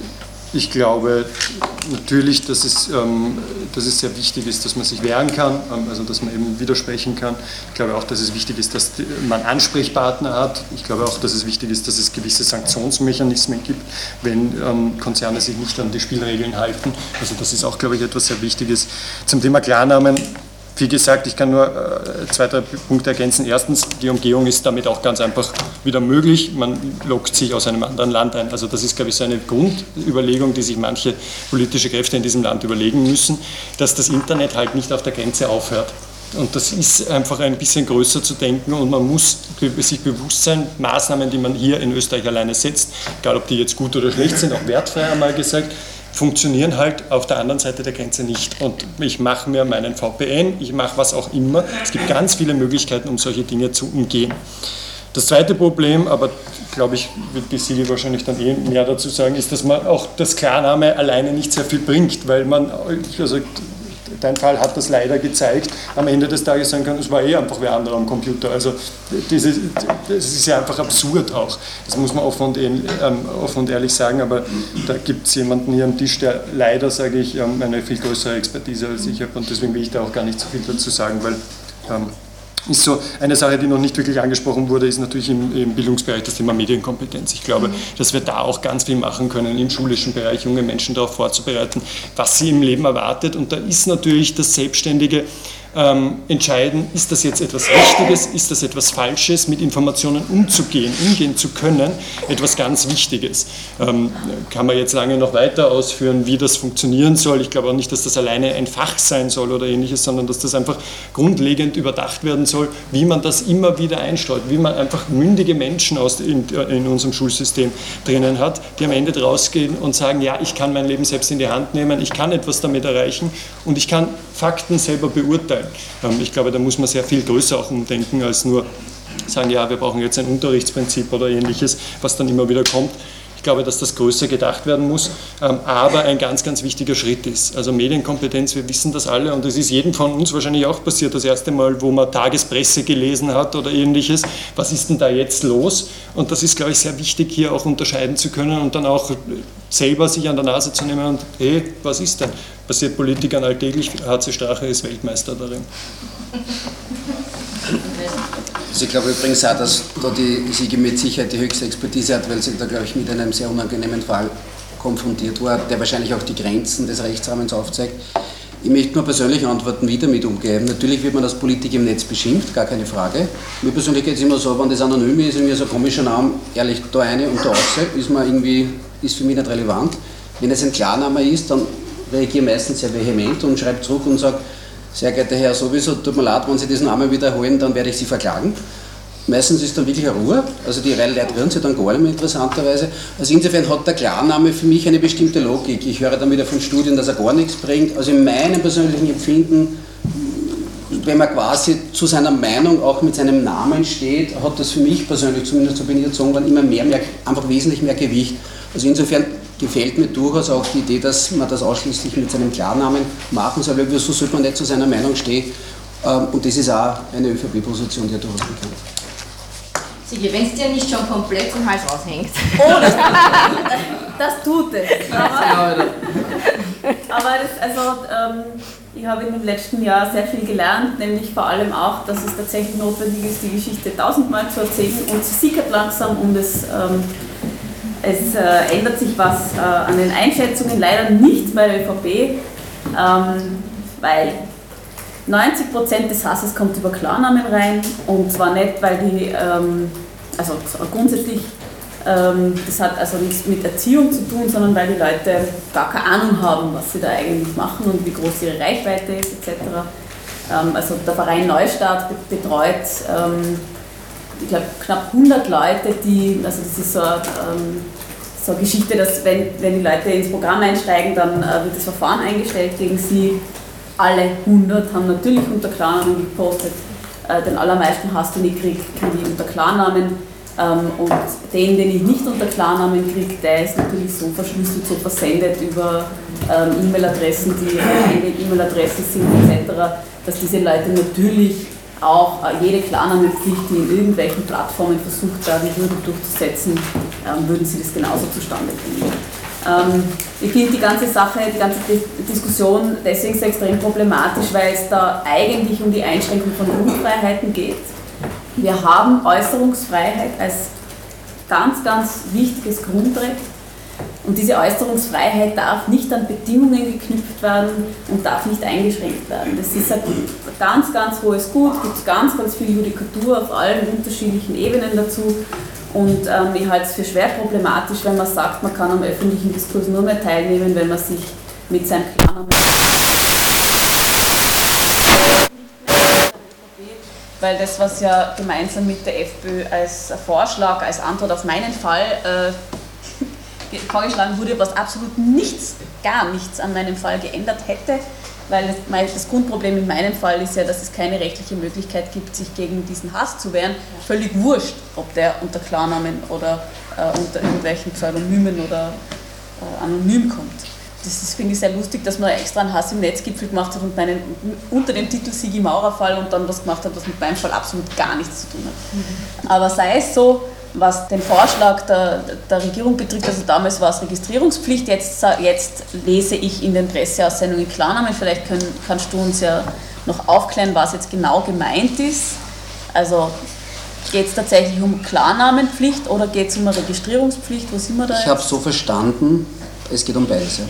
[SPEAKER 4] Ich glaube natürlich, dass es, dass es sehr wichtig ist, dass man sich wehren kann, also dass man eben widersprechen kann. Ich glaube auch, dass es wichtig ist, dass man Ansprechpartner hat. Ich glaube auch, dass es wichtig ist, dass es gewisse Sanktionsmechanismen gibt, wenn Konzerne sich nicht an die Spielregeln halten. Also das ist auch, glaube ich, etwas sehr Wichtiges. Zum Thema Klarnamen. Wie gesagt, ich kann nur äh, zwei, drei Punkte ergänzen. Erstens, die Umgehung ist damit auch ganz einfach wieder möglich. Man loggt sich aus einem anderen Land ein. Also das ist, glaube ich, so eine Grundüberlegung, die sich manche politische Kräfte in diesem Land überlegen müssen, dass das Internet halt nicht auf der Grenze aufhört. Und das ist einfach ein bisschen größer zu denken und man muss sich bewusst sein, Maßnahmen, die man hier in Österreich alleine setzt, egal ob die jetzt gut oder schlecht sind, auch wertfrei einmal gesagt, funktionieren halt auf der anderen Seite der Grenze nicht. Und ich mache mir meinen V P N, ich mache was auch immer. Es gibt ganz viele Möglichkeiten, um solche Dinge zu umgehen. Das zweite Problem, aber glaube ich, wird die Sigi wahrscheinlich dann eh mehr dazu sagen, ist, dass man auch das Klarname alleine nicht sehr viel bringt, weil man, also dein Fall hat das leider gezeigt, am Ende des Tages sagen kann, es war eh einfach wer anderer am Computer. Also diese, das ist ja einfach absurd auch. Das muss man offen und, ähm, offen und ehrlich sagen, aber da gibt es jemanden hier am Tisch, der leider, sage ich, ähm, eine viel größere Expertise als ich habe und deswegen will ich da auch gar nicht so viel dazu sagen, weil ähm, ist so eine Sache, die noch nicht wirklich angesprochen wurde, ist natürlich im, im Bildungsbereich das Thema Medienkompetenz. Ich glaube, dass wir da auch ganz viel machen können, im schulischen Bereich junge Menschen darauf vorzubereiten, was sie im Leben erwartet. Und da ist natürlich das selbstständige ähm, Entscheiden, ist das jetzt etwas Richtiges, ist das etwas Falsches, mit Informationen umzugehen, umgehen zu können, etwas ganz Wichtiges. Ähm, kann man jetzt lange noch weiter ausführen, wie das funktionieren soll. Ich glaube auch nicht, dass das alleine ein Fach sein soll oder ähnliches, sondern dass das einfach grundlegend überdacht werden soll, wie man das immer wieder einstreut, wie man einfach mündige Menschen aus in, in unserem Schulsystem drinnen hat, die am Ende rausgehen und sagen, ja, ich kann mein Leben selbst in die Hand nehmen, ich kann etwas damit erreichen und ich kann Fakten selber beurteilen. Ich glaube, da muss man sehr viel größer auch umdenken, als nur sagen, ja, wir brauchen jetzt ein Unterrichtsprinzip oder ähnliches, was dann immer wieder kommt. Ich glaube, dass das größer gedacht werden muss, aber ein ganz, ganz wichtiger Schritt ist. Also Medienkompetenz, wir wissen das alle und es ist jedem von uns wahrscheinlich auch passiert, das erste Mal, wo man Tagespresse gelesen hat oder ähnliches. Was ist denn da jetzt los? Und das ist, glaube ich, sehr wichtig, hier auch unterscheiden zu können und dann auch selber sich an der Nase zu nehmen und, hey, was ist denn? Passiert Politikern alltäglich, H C Strache ist Weltmeister darin.
[SPEAKER 3] Also ich glaube übrigens auch, dass da die Sigi mit Sicherheit die höchste Expertise hat, weil sie da, glaube ich, mit einem sehr unangenehmen Fall konfrontiert war, der wahrscheinlich auch die Grenzen des Rechtsrahmens aufzeigt. Ich möchte nur persönlich antworten, wie damit umgehen. Natürlich wird man als Politiker im Netz beschimpft, gar keine Frage. Mir persönlich geht es immer so, wenn das anonym ist, irgendwie so ein komischer Name, ehrlich, da eine und da raus, ist, man irgendwie, ist für mich nicht relevant. Wenn es ein Klarname ist, dann reagiere ich meistens sehr vehement und schreibe zurück und sage, sehr geehrter Herr, sowieso, tut mir leid, wenn Sie diesen Namen wiederholen, dann werde ich Sie verklagen. Meistens ist dann wirklich eine Ruhe, also die Leute rühren sich dann gar nicht mehr interessanterweise. Also insofern hat der Klarname für mich eine bestimmte Logik. Ich höre dann wieder von Studien, dass er gar nichts bringt. Also in meinem persönlichen Empfinden, wenn man quasi zu seiner Meinung auch mit seinem Namen steht, hat das für mich persönlich, zumindest so bin ich erzogen worden, immer mehr, mehr, einfach wesentlich mehr Gewicht. Also insofern gefällt mir durchaus auch die Idee, dass man das ausschließlich mit seinem Klarnamen machen soll, weil so sollte man nicht zu seiner Meinung stehen. Und das ist auch eine ÖVP-Position, die ja durchaus bekannt ist.
[SPEAKER 2] Sigi, wenn es dir nicht schon komplett zum Hals raushängt.
[SPEAKER 6] Oh, das, das tut es. Aber, aber das, also, ähm, ich habe in dem letzten Jahr sehr viel gelernt, nämlich vor allem auch, dass es tatsächlich notwendig ist, die Geschichte tausendmal zu erzählen und sie sickert langsam und es, ähm, es äh, ändert sich was äh, an den Einschätzungen, leider nicht bei der ÖVP, ähm, weil neunzig Prozent des Hasses kommt über Klarnamen rein und zwar nicht, weil die, ähm, also grundsätzlich, ähm, das hat also nichts mit Erziehung zu tun, sondern weil die Leute gar keine Ahnung haben, was sie da eigentlich machen und wie groß ihre Reichweite ist et cetera. Ähm, also der Verein Neustart betreut, ähm, ich glaube, knapp hundert Leute, die, also das ist so, ähm, so eine Geschichte, dass wenn, wenn die Leute ins Programm einsteigen, dann äh, wird das Verfahren eingestellt gegen sie. Alle hundert haben natürlich unter Klarnamen gepostet. Äh, den allermeisten Hass, den ich kriege, kriege ich unter Klarnamen. Ähm, und den, den ich nicht unter Klarnamen kriege, der ist natürlich so verschlüsselt, so versendet über ähm, E-Mail-Adressen, die eine E-Mail-Adresse sind et cetera, dass diese Leute natürlich auch äh, jede Klarnamenpflicht, die in irgendwelchen Plattformen versucht werden würde durchzusetzen, ähm, würden sie das genauso zustande bringen. Ähm, ich finde die ganze Sache, die ganze Diskussion deswegen so extrem problematisch, weil es da eigentlich um die Einschränkung von Grundfreiheiten geht. Wir haben Äußerungsfreiheit als ganz, ganz wichtiges Grundrecht und diese Äußerungsfreiheit darf nicht an Bedingungen geknüpft werden und darf nicht eingeschränkt werden. Das ist ein ganz, ganz hohes Gut, es gibt ganz, ganz viel Judikatur auf allen unterschiedlichen Ebenen dazu. Und ähm, ich halte es für schwer problematisch, wenn man sagt, man kann am öffentlichen Diskurs nur mehr teilnehmen, wenn man sich mit seinem Klarnamen. Weil das, was ja gemeinsam mit der FPÖ als Vorschlag, als Antwort auf meinen Fall äh, vorgeschlagen wurde, was absolut nichts, gar nichts an meinem Fall geändert hätte. Weil das, das Grundproblem in meinem Fall ist ja, dass es keine rechtliche Möglichkeit gibt, sich gegen diesen Hass zu wehren. Völlig wurscht, ob der unter Klarnamen oder äh, unter irgendwelchen Pseudonymen oder äh, anonym kommt. Das ist, finde ich, sehr lustig, dass man extra einen Hass im Netzgipfel gemacht hat und meinen, unter dem Titel Sigi Maurer-Fall und dann was gemacht hat, was mit meinem Fall absolut gar nichts zu tun hat. Mhm. Aber sei es so, was den Vorschlag der, der Regierung betrifft, also damals war es Registrierungspflicht, jetzt, jetzt lese ich in den Presseaussendungen Klarnamen, vielleicht können, kannst du uns ja noch aufklären, was jetzt genau gemeint ist. Also geht es tatsächlich um Klarnamenpflicht oder geht es um eine Registrierungspflicht? Wo sind wir da?
[SPEAKER 3] Ich habe so verstanden, es geht um beides. Ja.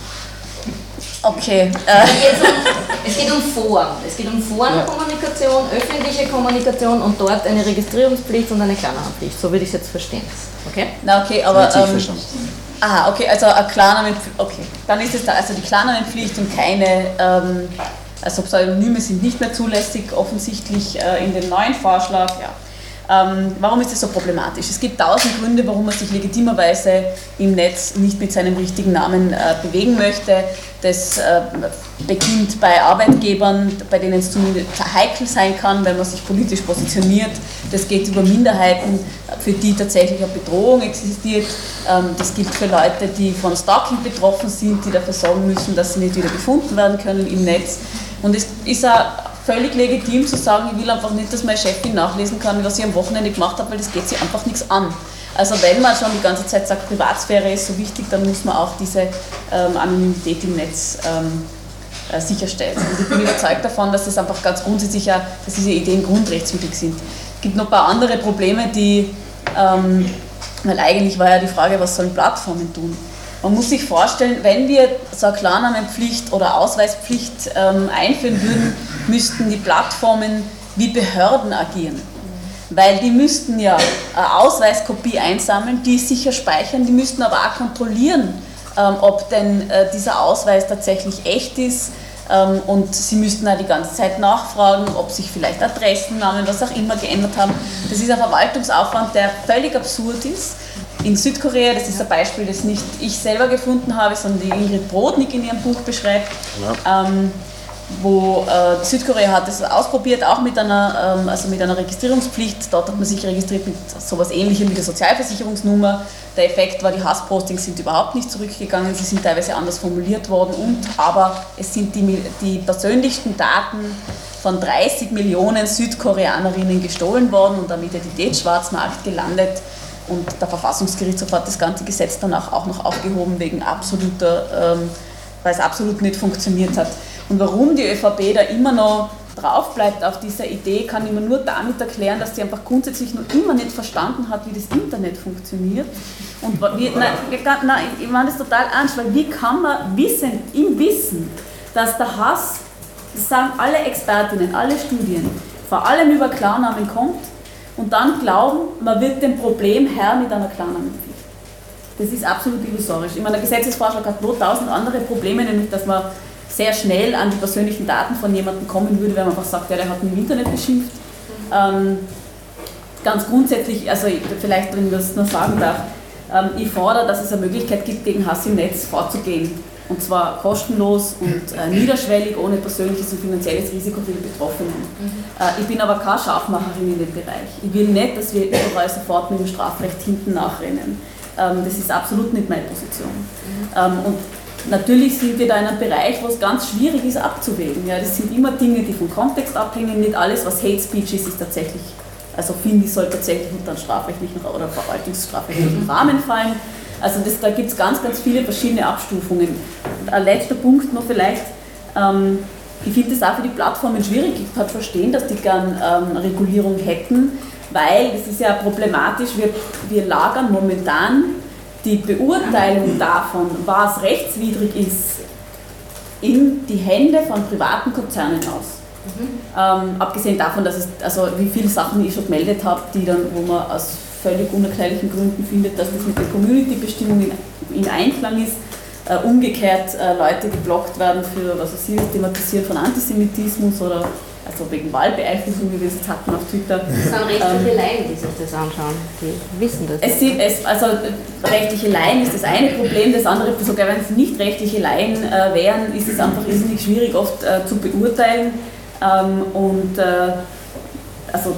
[SPEAKER 6] Okay.
[SPEAKER 2] Es geht um Foren. Es geht um Forenkommunikation, öffentliche Kommunikation und dort eine Registrierungspflicht und eine Klarnamenpflicht. So würde ich es jetzt verstehen. Okay?
[SPEAKER 6] Na okay, aber.
[SPEAKER 3] Ähm,
[SPEAKER 6] aha, okay, also eine Klarnamenpflicht. Okay, dann ist es da also die Klarnamenpflicht und keine. Ähm, also Pseudonyme sind nicht mehr zulässig, offensichtlich äh, in dem neuen Vorschlag. Ja. Ähm, warum ist das so problematisch? Es gibt tausend Gründe, warum man sich legitimerweise im Netz nicht mit seinem richtigen Namen äh, bewegen möchte. Das äh, beginnt bei Arbeitgebern, bei denen es zumindest heikel sein kann, wenn man sich politisch positioniert. Das geht über Minderheiten, für die tatsächlich eine Bedrohung existiert. Ähm, das gilt für Leute, die von Stalking betroffen sind, die dafür sorgen müssen, dass sie nicht wieder gefunden werden können im Netz. Und es ist auch völlig legitim zu sagen, ich will einfach nicht, dass meine Chefin nachlesen kann, was ich am Wochenende gemacht habe, weil das geht sie einfach nichts an. Also wenn man schon die ganze Zeit sagt, Privatsphäre ist so wichtig, dann muss man auch diese ähm, Anonymität im Netz ähm, äh, sicherstellen. Und ich bin überzeugt davon, dass das einfach ganz grundsätzlich ja, dass diese Ideen grundrechtswidrig sind. Es gibt noch ein paar andere Probleme, die, ähm, weil eigentlich war ja die Frage, was sollen Plattformen tun? Man muss sich vorstellen, wenn wir so eine Klarnamenpflicht oder Ausweispflicht ähm, einführen würden, müssten die Plattformen wie Behörden agieren. Weil die müssten ja eine Ausweiskopie einsammeln, die sicher speichern, die müssten aber auch kontrollieren, ähm, ob denn äh, dieser Ausweis tatsächlich echt ist. Ähm, und sie müssten auch die ganze Zeit nachfragen, ob sich vielleicht Adressen, Namen, was auch immer geändert haben. Das ist ein Verwaltungsaufwand, der völlig absurd ist. In Südkorea, das ist ein Beispiel, das nicht ich selber gefunden habe, sondern die Ingrid Brodnik in ihrem Buch beschreibt, ja. ähm, wo äh, Südkorea hat das ausprobiert, auch mit einer, ähm, also mit einer Registrierungspflicht. Dort hat man sich registriert mit sowas Ähnlichem wie der Sozialversicherungsnummer. Der Effekt war, die Hasspostings sind überhaupt nicht zurückgegangen, sie sind teilweise anders formuliert worden, und aber es sind die, die persönlichsten Daten von dreißig Millionen Südkoreanerinnen gestohlen worden und am Identitätsschwarzmarkt gelandet. Und der Verfassungsgerichtshof hat das ganze Gesetz danach auch noch aufgehoben, wegen absoluter, ähm, weil es absolut nicht funktioniert hat. Und warum die ÖVP da immer noch drauf bleibt auf dieser Idee, kann ich mir nur damit erklären, dass sie einfach grundsätzlich noch immer nicht verstanden hat, wie das Internet funktioniert. Und wie, nein, nein, ich meine das total ernst, weil wie kann man wissen, im Wissen, dass der Hass, das sagen alle Expertinnen, alle Studien, vor allem über Klarnamen kommt, und dann glauben, man wird dem Problem Herr mit einer Klarnamenpflicht. Das ist absolut illusorisch. Ich meine, der Gesetzesvorschlag hat nur tausend andere Probleme, nämlich dass man sehr schnell an die persönlichen Daten von jemandem kommen würde, wenn man einfach sagt, ja, der hat mich im Internet beschimpft. Ähm, ganz grundsätzlich, also vielleicht, wenn ich das noch sagen darf, ähm, ich fordere, dass es eine Möglichkeit gibt, gegen Hass im Netz vorzugehen. Und zwar kostenlos und äh, niederschwellig, ohne persönliches und finanzielles Risiko für die Betroffenen. Mhm. Äh, ich bin aber keine Scharfmacherin in dem Bereich. Ich will nicht, dass wir überall sofort mit dem Strafrecht hinten nachrennen. Ähm, das ist absolut nicht meine Position. Mhm. Ähm, und natürlich sind wir da in einem Bereich, wo es ganz schwierig ist abzuwägen. Ja, das sind immer Dinge, die vom Kontext abhängen. Nicht alles, was Hate Speech ist, ist tatsächlich, also finde ich, soll tatsächlich unter einen strafrechtlichen oder verwaltungsstrafrechtlichen Rahmen fallen. Also das, da gibt es ganz, ganz viele verschiedene Abstufungen. Und ein letzter Punkt noch vielleicht, ähm, ich finde es auch für die Plattformen schwierig. Ich kann verstehen, dass die gern ähm, Regulierung hätten, weil, das ist ja problematisch, wir, wir lagern momentan die Beurteilung davon, was rechtswidrig ist, in die Hände von privaten Konzernen aus. Mhm. Ähm, abgesehen davon, dass es, also wie viele Sachen ich schon gemeldet habe, die dann, wo man aus völlig unerklärlichen Gründen findet, dass das mit den Community-Bestimmungen in, in Einklang ist. Äh, umgekehrt äh, Leute geblockt werden für, was weiß ich, das Thematisieren von Antisemitismus oder also wegen Wahlbeeinflussung, wie wir es jetzt hatten auf Twitter.
[SPEAKER 2] Das sind rechtliche ähm, Laien, die sich das anschauen, die wissen das.
[SPEAKER 6] Es sind, es, also rechtliche Laien ist das eine Problem, das andere, sogar wenn es nicht rechtliche Laien äh, wären, ist es einfach irrsinnig schwierig oft äh, zu beurteilen. Ähm, und äh, also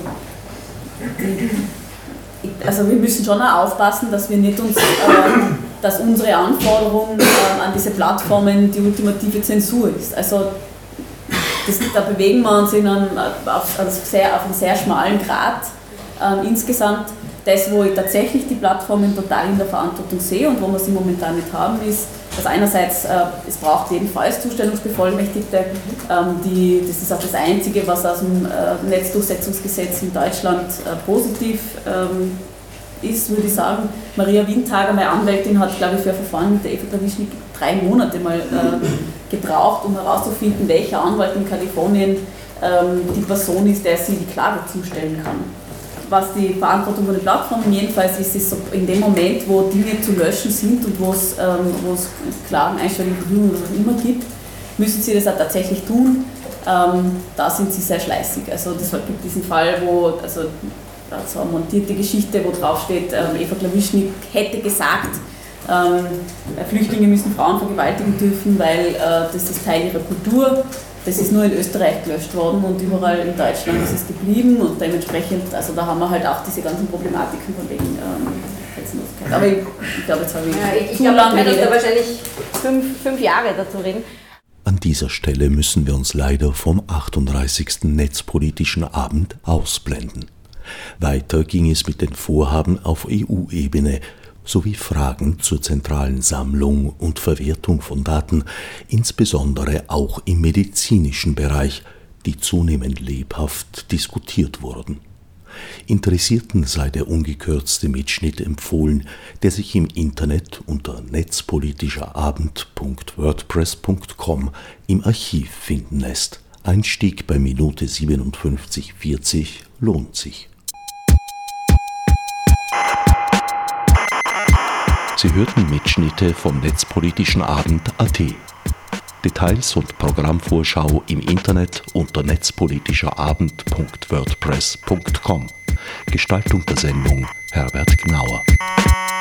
[SPEAKER 6] die, Also wir müssen schon auch aufpassen, dass wir nicht uns, äh, dass unsere Anforderung äh, an diese Plattformen die ultimative Zensur ist. Also das, da bewegen wir uns in einem, auf, also sehr, auf einem sehr schmalen Grat äh, insgesamt. Das, wo ich tatsächlich die Plattformen total in der Verantwortung sehe und wo wir sie momentan nicht haben, ist, dass einerseits äh, es braucht jedenfalls Zustellungsbevollmächtigte. Ähm, die, das ist auch das Einzige, was aus dem äh, Netzdurchsetzungsgesetz in Deutschland äh, positiv ähm, ist, würde ich sagen. Maria Windhager, meine Anwältin, hat, glaube ich, für ein Verfahren mit der Eva Klawischnik drei Monate mal äh, gebraucht, um herauszufinden, welcher Anwalt in Kalifornien ähm, die Person ist, der sie die Klage zustellen kann. Was die Verantwortung von den Plattformen jedenfalls ist, ist so in dem Moment, wo Dinge zu löschen sind und wo es, ähm, wo es Klagen, Einstellungen, Prüfungen oder was auch immer gibt, müssen sie das auch tatsächlich tun. Ähm, da sind sie sehr schleißig. Also das gibt diesen Fall, wo also, so eine montierte Geschichte, wo drauf steht, ähm, Eva Klawischnik hätte gesagt, ähm, Flüchtlinge müssen Frauen vergewaltigen dürfen, weil äh, das ist Teil ihrer Kultur. Das ist nur in Österreich gelöscht worden und überall in Deutschland ist es geblieben und dementsprechend, also da haben wir halt auch diese ganzen Problematiken von wegen ähm, Aber ich, ich glaube, jetzt habe ich,
[SPEAKER 2] ja, ich, ich
[SPEAKER 6] zu
[SPEAKER 2] glaube,
[SPEAKER 6] lange
[SPEAKER 2] geredet. Da wahrscheinlich fünf, fünf Jahre dazu reden.
[SPEAKER 1] An dieser Stelle müssen wir uns leider vom achtunddreißigsten Netzpolitischen Abend ausblenden. Weiter ging es mit den Vorhaben auf E U-Ebene sowie Fragen zur zentralen Sammlung und Verwertung von Daten, insbesondere auch im medizinischen Bereich, die zunehmend lebhaft diskutiert wurden. Interessierten sei der ungekürzte Mitschnitt empfohlen, der sich im Internet unter netzpolitischerabend punkt wordpress punkt com im Archiv finden lässt. Einstieg bei Minute siebenundfünfzig vierzig lohnt sich. Sie hörten Mitschnitte vom Netzpolitischen Abend punkt a t. Details und Programmvorschau im Internet unter netzpolitischerabend punkt wordpress punkt com. Gestaltung der Sendung Herbert Gnauer.